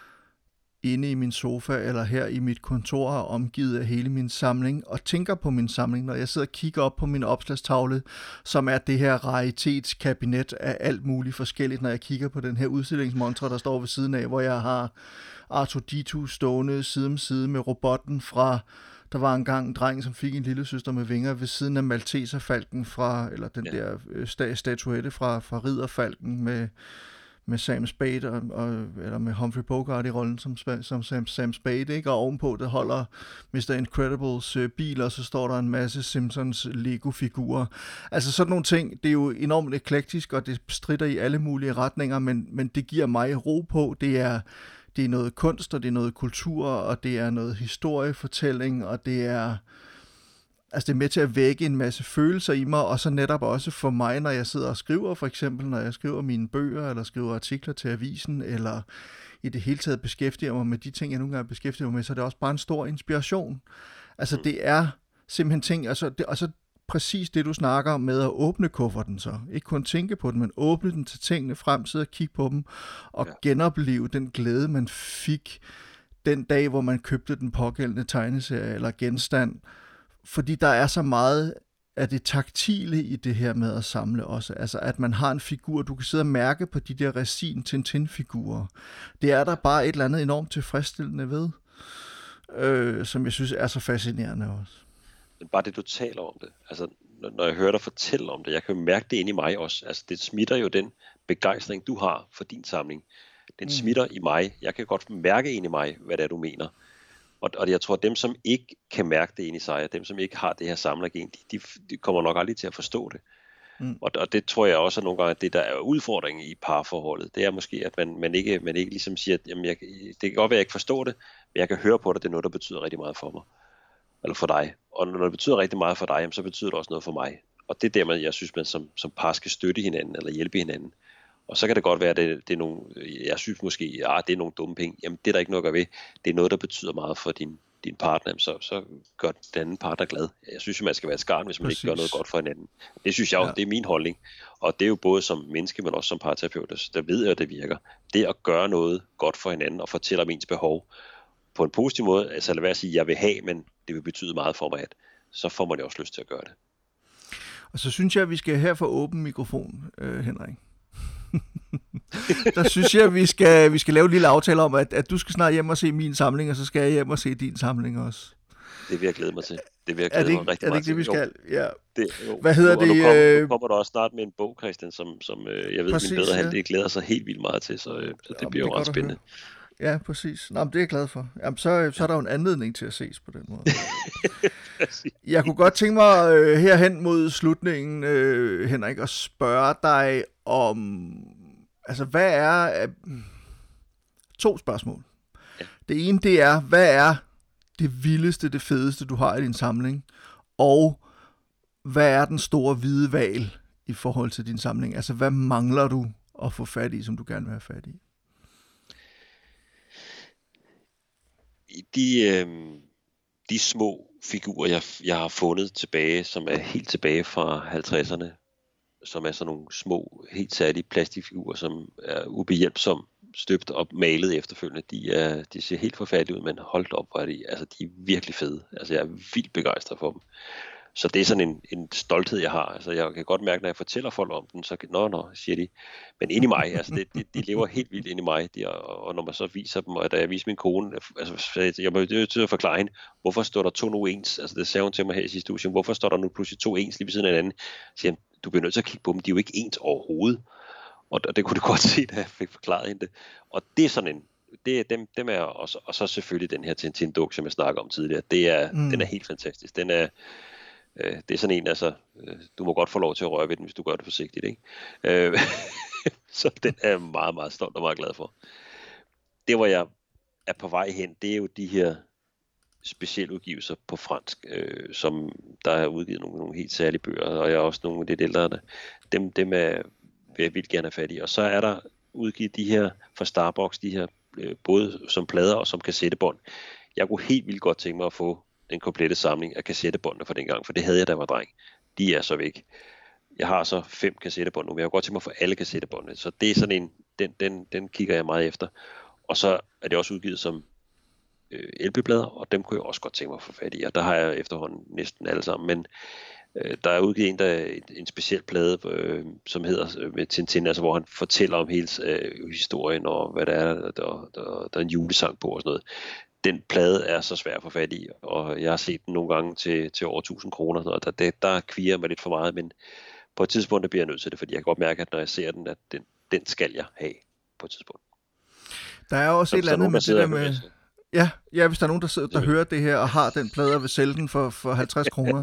inde i min sofa, eller her i mit kontor, omgivet af hele min samling, og tænker på min samling, når jeg sidder og kigger op på min opslagstavle, som er det her raritetskabinet af alt muligt forskelligt, når jeg kigger på den her udstillingsmontre, der står ved siden af, hvor jeg har Arthur D to stående side om side med robotten fra, der var engang en dreng, som fik en lille søster med vinger, ved siden af Malteserfalken fra, eller den ja. der sta- statuette fra, fra Ridderfalken med med Sam Spade, og, og, eller med Humphrey Bogart i rollen som, som Sam, Sam Spade, ikke? Og ovenpå det holder mister Incredibles øh, bil, og så står der en masse Simpsons Lego-figurer. Altså sådan nogle ting, det er jo enormt eklektisk, og det stritter i alle mulige retninger, men, men det giver mig ro på. Det er, det er noget kunst, og det er noget kultur, og det er noget historiefortælling, og det er... Altså det er med til at vække en masse følelser i mig, og så netop også for mig, når jeg sidder og skriver, for eksempel når jeg skriver mine bøger, eller skriver artikler til avisen, eller i det hele taget beskæftiger mig med de ting, jeg nogle gange beskæftiger mig med, så det er også bare en stor inspiration. Altså det er simpelthen ting, og så, det, og så præcis det, du snakker om med at åbne kufferten så. Ikke kun tænke på den, men åbne den til tingene frem, sidde og kigge på dem, og ja. genopleve den glæde, man fik den dag, hvor man købte den pågældende tegneserie eller genstand. Fordi der er så meget af det taktile i det her med at samle også. Altså at man har en figur, du kan sidde og mærke på de der Resin Tintin-figurer. Det er der bare et eller andet enormt tilfredsstillende ved, øh, som jeg synes er så fascinerende også. Men bare det, du taler om det. Altså når jeg hører dig fortælle om det, jeg kan jo mærke det inde i mig også. Altså det smitter jo den begejstring, du har for din samling. Den mm. smitter i mig. Jeg kan godt mærke ind i mig, hvad det er, du mener. Og, og jeg tror, at dem, som ikke kan mærke det ind i sig, og dem, som ikke har det her samlergen, de, de, de kommer nok aldrig til at forstå det. Mm. Og, og det tror jeg også, at nogle gange, at det, der er udfordringen i parforholdet, det er måske, at man, man, ikke, man ikke ligesom siger, at jamen, jeg, det kan godt være, at jeg ikke forstår det, men jeg kan høre på det, det er noget, der betyder rigtig meget for mig. Eller for dig. Og når det betyder rigtig meget for dig, jamen, så betyder det også noget for mig. Og det er der, man, jeg synes, man som, som par skal støtte hinanden, eller hjælpe hinanden. Og så kan det godt være, at det, det er nogle, jeg synes måske, at det er nogle dumme penge. Jamen det er der ikke noget at gøre ved. Det er noget, der betyder meget for din, din partner. Så, så gør den anden partner glad. Jeg synes, man skal være et skarn, hvis man Præcis. ikke gør noget godt for hinanden. Det synes jeg også, ja. det er min holdning. Og det er jo både som menneske, men også som parterapeut, der ved jeg, at det virker. Det at gøre noget godt for hinanden og fortælle om ens behov på en positiv måde. Altså lad være at sige, at jeg vil have, men det vil betyde meget for mig, at så får man jo også lyst til at gøre det. Og så synes jeg, at vi skal her få åben mikrofon, øh, Henrik. Der synes jeg, at vi skal, vi skal lave en lille aftale om, at, at du skal snart hjem og se min samling, og så skal jeg hjem og se din samling også. Det vil jeg glæde mig til. Det vil jeg glæde er det ikke, mig rigtig er det ikke meget det, vi skal? Ja. Det, Hvad hedder nu, det? Nu kommer, øh... nu kommer der også snart med en bog, Christian, som, som øh, jeg ved, præcis, min bedre halvdel ja. glæder sig helt vildt meget til, så, øh, så det Jamen, bliver det jo ret spændende. Ja, præcis. Nå, men det er jeg glad for. Jamen, så, så er der jo en anledning til at ses på den måde. Jeg kunne godt tænke mig øh, herhen mod slutningen, øh, Henrik, at spørge dig om... Altså, hvad er... to spørgsmål. Ja. Det ene, det er, hvad er det vildeste, det fedeste, du har i din samling? Og hvad er den store hvide hval i forhold til din samling? Altså, hvad mangler du at få fat i, som du gerne vil have fat i? De, øh, de små figurer, jeg, jeg har fundet tilbage, som er helt tilbage fra halvtredserne, som er sådan nogle små, helt særlige plastikfigurer, som er ubehjælpsomt støbt og malet efterfølgende. De, er, de ser helt forfærdelige ud, men holdt op, hvor er de, altså, de er virkelig fede. Altså, jeg er vildt begejstret for dem. Så det er sådan en, en stolthed, jeg har. Altså, jeg kan godt mærke, når jeg fortæller folk om den, så nå, nå, siger de. Men ind i mig, altså, det, det, de lever helt vildt ind i mig. De, og, og når man så viser dem, og da jeg viser min kone, altså, jeg må jo til at forklare hende, hvorfor står der to nu ens? Altså, det sagde hun til mig her i sidste uge. Hvorfor står der nu pludselig to ens lige ved siden af hinanden? Så siger han, du bliver nødt til at kigge på dem. De er jo ikke ens overhovedet. Og, og det kunne du godt se, da jeg fik forklaret hende det. Og det er sådan en, det er dem, dem er også, og så selvfølgelig den her Tintin-duk, som jeg snakker om tidligere. Det er, mm. Den er helt fantastisk. Den er, øh, det er sådan en, altså, øh, du må godt få lov til at røre ved den, hvis du gør det forsigtigt, ikke? Øh, så den er jeg meget, meget stolt og meget glad for. Det, hvor jeg er på vej hen, det er jo de her specialudgivelser på fransk, øh, som der er udgivet nogle, nogle helt særlige bøger, og jeg er også nogle lidt ældre. Dem, dem er jeg vil gerne have fat i. Og så er der udgivet de her fra Starbucks, de her øh, både som plader og som kassettebånd. Jeg kunne helt vildt godt tænke mig at få en komplette samling af kassettebåndene fra dengang, for det havde jeg, da jeg var dreng. De er så væk. Jeg har så fem kassettebånd nu, men jeg kunne godt tænke mig at få alle kassettebåndene. Så det er sådan en, den, den, den kigger jeg meget efter. Og så er det også udgivet som øh, L P-plader, og dem kunne jeg også godt tænke mig at få fat i. Og der har jeg efterhånden næsten alle sammen, men der er udgivet en, der, en speciel plade, øh, som hedder med Tintin, altså hvor han fortæller om hele øh, historien, og hvad der er, der, der, der er en julesang på og sådan noget. Den plade er så svær at få fat i, og jeg har set den nogle gange til, til over tusind kroner, og der, der, der kvier mig lidt for meget, men på et tidspunkt der bliver jeg nødt til det, fordi jeg kan godt mærke, at når jeg ser den, at den, den skal jeg have på et tidspunkt. Der er også et eller andet med det der med... Ja, ja, hvis der er nogen, der, sidder, der hører det her og har den plade og vil sælge den for, for halvtreds kroner,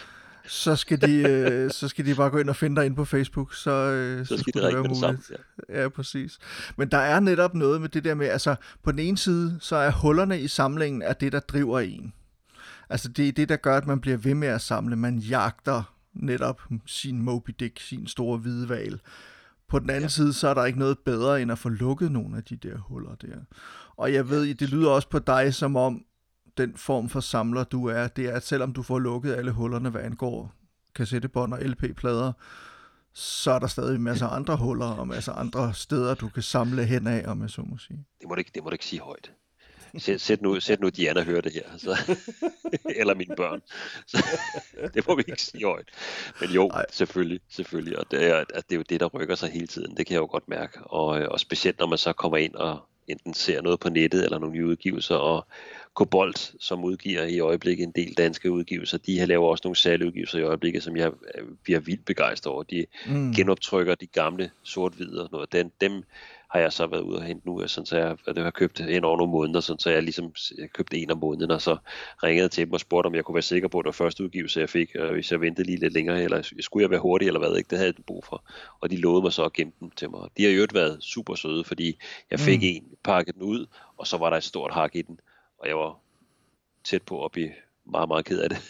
så skal de øh, så skal de bare gå ind og finde dig ind på Facebook, så, øh, så, så skal det være muligt. Sammen, ja. ja, præcis. Men der er netop noget med det der med, altså på den ene side, så er hullerne i samlingen er det, der driver en. Altså det er det, der gør, at man bliver ved med at samle. Man jagter netop sin Moby Dick, sin store hvide hval. På den anden ja. side, så er der ikke noget bedre, end at få lukket nogle af de der huller der. Og jeg ved, det lyder også på dig, som om den form for samler, du er, det er, at selvom du får lukket alle hullerne, hvad angår kassettebånd og L P-plader, så er der stadig masser af andre huller og masser af andre steder, du kan samle hen af, om jeg så må sige. Det må du ikke, det må du ikke sige højt. Sæt, sæt, nu, sæt nu Diana hører det her, så, eller mine børn. Så, det må vi ikke sige højt. Men jo, Ej. selvfølgelig, selvfølgelig. Og det er, at det er jo det, der rykker sig hele tiden. Det kan jeg jo godt mærke. Og, og specielt når man så kommer ind og enten ser noget på nettet eller nogle nye udgivelser, og Kobolt, som udgiver i øjeblikket en del danske udgivelser, de laver også nogle særlige udgivelser i øjeblikket, som jeg bliver vildt begejstret over. De mm. genoptrykker de gamle sort-hvide og noget. Den, dem har jeg så været ude og hente nu, sådan så jeg, jeg har købt en over nogle måneder, sådan så jeg ligesom jeg købte en om måneden, og så ringede til dem og spurgte, om jeg kunne være sikker på, at det var første udgivelse, jeg fik, og hvis jeg ventede lige lidt længere, eller skulle jeg være hurtig, eller hvad, ikke? Det havde jeg brug for. Og de lovede mig så at gemme dem til mig. De har jo været super søde, fordi jeg fik mm. en, pakket den ud, og så var der et stort hak i den, og jeg var tæt på at blive meget, meget ked af det.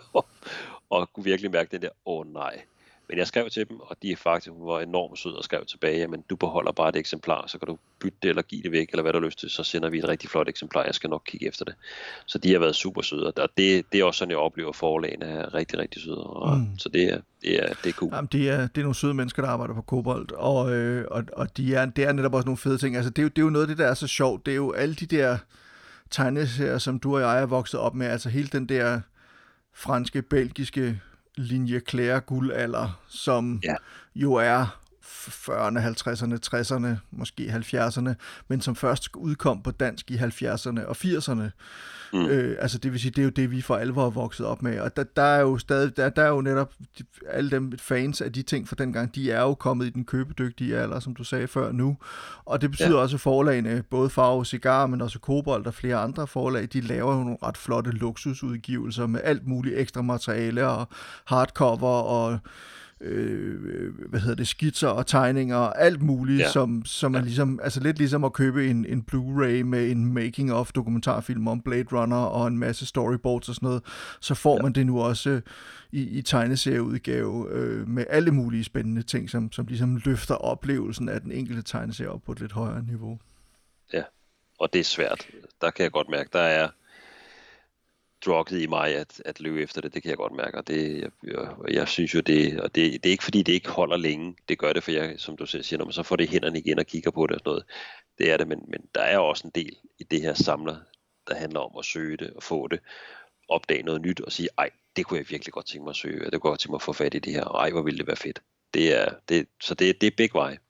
Og kunne virkelig mærke den der, åh oh, nej. Men jeg skrev til dem, og de faktisk var enormt søde og skrev tilbage, jamen du beholder bare et eksemplar, så kan du bytte det eller give det væk, eller hvad du har lyst til, så sender vi et rigtig flot eksemplar, jeg skal nok kigge efter det. Så de har været super søde, og det, det er også sådan, jeg oplever, forlagene er rigtig, rigtig søde, og, mm. så det er, det er, det er cool. Jamen, det, er, det er nogle søde mennesker, der arbejder på Kobolt, og, øh, og, og de er, det er netop også nogle fede ting. Altså, det, er jo, det er jo noget af det, der er så sjovt. Det er jo alle de der tegneserier, som du og jeg er vokset op med, altså hele den der franske, belgiske linje Claire guldalder, som ja. jo er fyrrerne, halvtredserne, tresserne, måske halvfjerdserne, men som først udkom på dansk i halvfjerdserne og firserne. Mm. Øh, altså det vil sige, det er jo det, vi for alvor er vokset op med. Og der, der er jo stadig, der, der er jo netop alle dem fans af de ting fra dengang, de er jo kommet i den købedygtige alder, som du sagde før nu. Og det betyder ja. også, at forlagene, både Farve Cigar, men også Kobolt og flere andre forlag, de laver jo nogle ret flotte luksusudgivelser med alt muligt ekstra materiale og hardcover og øh, hvad hedder det, skitser og tegninger og alt muligt, ja. som, som er ja. ligesom, altså lidt ligesom at købe en, en Blu-ray med en making-of dokumentarfilm om Blade Runner og en masse storyboards og sådan noget, så får ja. man det nu også i, i tegneserieudgave øh, med alle mulige spændende ting, som, som ligesom løfter oplevelsen af den enkelte tegneserie op på et lidt højere niveau. Ja, og det er svært. Der kan jeg godt mærke, der er drugget i mig at, at løbe efter det, det kan jeg godt mærke, og det, jeg, jeg, jeg synes jo det, og det, det er ikke fordi det ikke holder længe, det gør det, for jeg, som du selv siger, når man så får det i hænderne igen og kigger på det og sådan noget, det er det, men, men der er også en del i det her samler, der handler om at søge det og få det, opdage noget nyt og sige, ej, det kunne jeg virkelig godt tænke mig at søge, det kunne jeg godt tænke mig at få fat i det her, og ej, hvor ville det være fedt. Det er, det, så det, det er begge veje.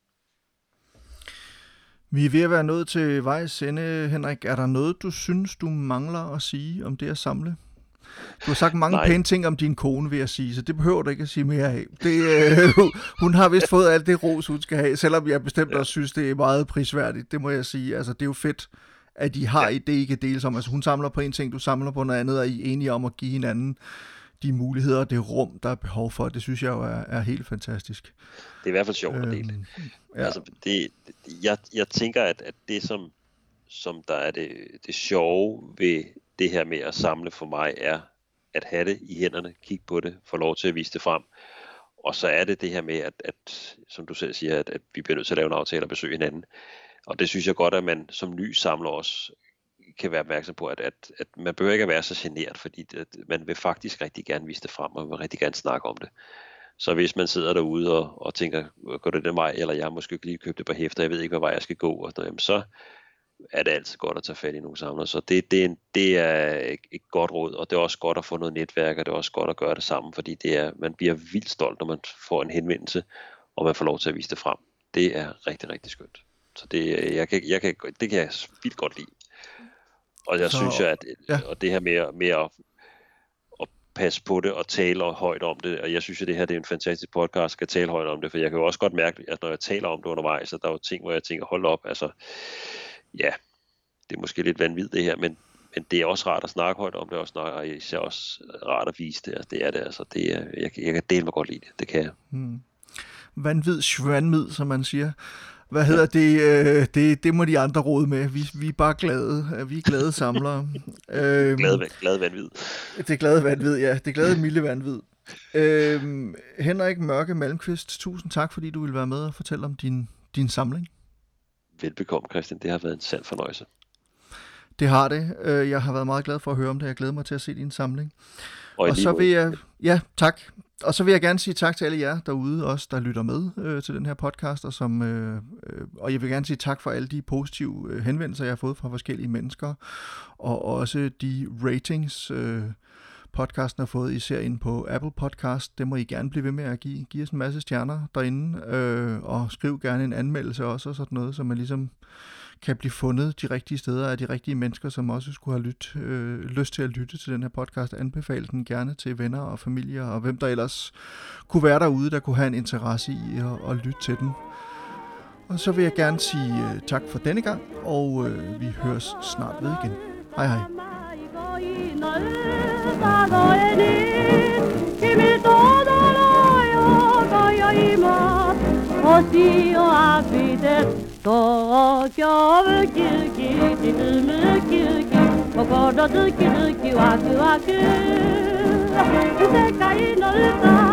Vi er ved at være nået til vejs ende, Henrik. Er der noget, du synes, du mangler at sige om det at samle? Du har sagt mange Nej. pæne ting om din kone, vil jeg sige, så det behøver du ikke at sige mere af. Det, øh, hun har vist fået alt det ros, hun skal have, selvom jeg bestemt ja. også synes, det er meget prisværdigt. Det må jeg sige. Altså, det er jo fedt, at de har ja. det, I kan dele om. Altså, hun samler på en ting, du samler på noget andet, og I er enige om at give hinanden de muligheder og det rum, der er behov for. Det synes jeg jo er, er helt fantastisk. Det er i hvert fald sjovt at dele. Øhm, ja. Altså, det, jeg, jeg tænker, at, at det, som, som der er det, det sjove ved det her med at samle for mig, er at have det i hænderne, kigge på det, få lov til at vise det frem. Og så er det det her med, at, at som du selv siger, at, at vi bliver nødt til at lave en aftale og besøge hinanden. Og det synes jeg godt, at man som ny samler også kan være opmærksom på, at, at, at man behøver ikke at være så genert, fordi det, man vil faktisk rigtig gerne vise det frem, og man vil rigtig gerne snakke om det. Så hvis man sidder derude og, og tænker, går det den vej, eller jeg har måske lige købt det på hæfter, jeg ved ikke, hvad vej jeg skal gå, og noget, så er det altid godt at tage fat i nogle samlere. Så det, det, er en, det er et godt råd, og det er også godt at få noget netværk, og det er også godt at gøre det sammen, fordi det er, man bliver vildt stolt, når man får en henvendelse, og man får lov til at vise det frem. Det er rigtig, rigtig skønt. Så det, jeg kan, jeg kan, det kan jeg vildt godt lide. Og jeg så, synes jo, at ja. og det her med, med at, at passe på det og tale højt om det, og jeg synes jo, det her det er en fantastisk podcast, skal tale højt om det, for jeg kan jo også godt mærke, at når jeg taler om det undervejs, så der er jo ting, hvor jeg tænker, hold op, altså, ja, det er måske lidt vanvittigt det her, men, men det er også rart at snakke højt om det, og, snakke, og især også rart at vise det, altså, det er det, altså, det er, jeg, jeg kan dele mig godt lide det, det kan jeg. Hmm. Vanvid, svandmid, som man siger. Hvad hedder det? Øh, det? Det må de andre råde med. Vi, vi er bare glade. Vi er glade samlere. øhm, glade, glade vanvid. Det glade vanvid, ja. Det glade milde vanvid. Øhm, Henrik Mørke Malmqvist, tusind tak, fordi du ville være med og fortælle om din, din samling. Velbekomme, Christian. Det har været en sand fornøjelse. Det har det. Jeg har været meget glad for at høre om det. Jeg glæder mig til at se din samling. Og, og så vil jeg... Ja, tak. Og så vil jeg gerne sige tak til alle jer derude, også der lytter med øh, til den her podcast, og, som, øh, øh, og jeg vil gerne sige tak for alle de positive øh, henvendelser, jeg har fået fra forskellige mennesker, og også de ratings, øh, podcasten har fået, især inde på Apple Podcast. Det må I gerne blive ved med at give. Giv os en masse stjerner derinde, øh, og skriv gerne en anmeldelse også, og sådan noget, så man ligesom kan blive fundet de rigtige steder af de rigtige mennesker, som også skulle have lyt, øh, lyst til at lytte til den her podcast. Anbefale den gerne til venner og familier, og hvem der ellers kunne være derude, der kunne have en interesse i at, at lytte til den. Og så vil jeg gerne sige øh, tak for denne gang, og øh, vi høres snart ved igen. Hej hej.東京ウキウキ沈むウキウキ心ズキズキワクワク世界の歌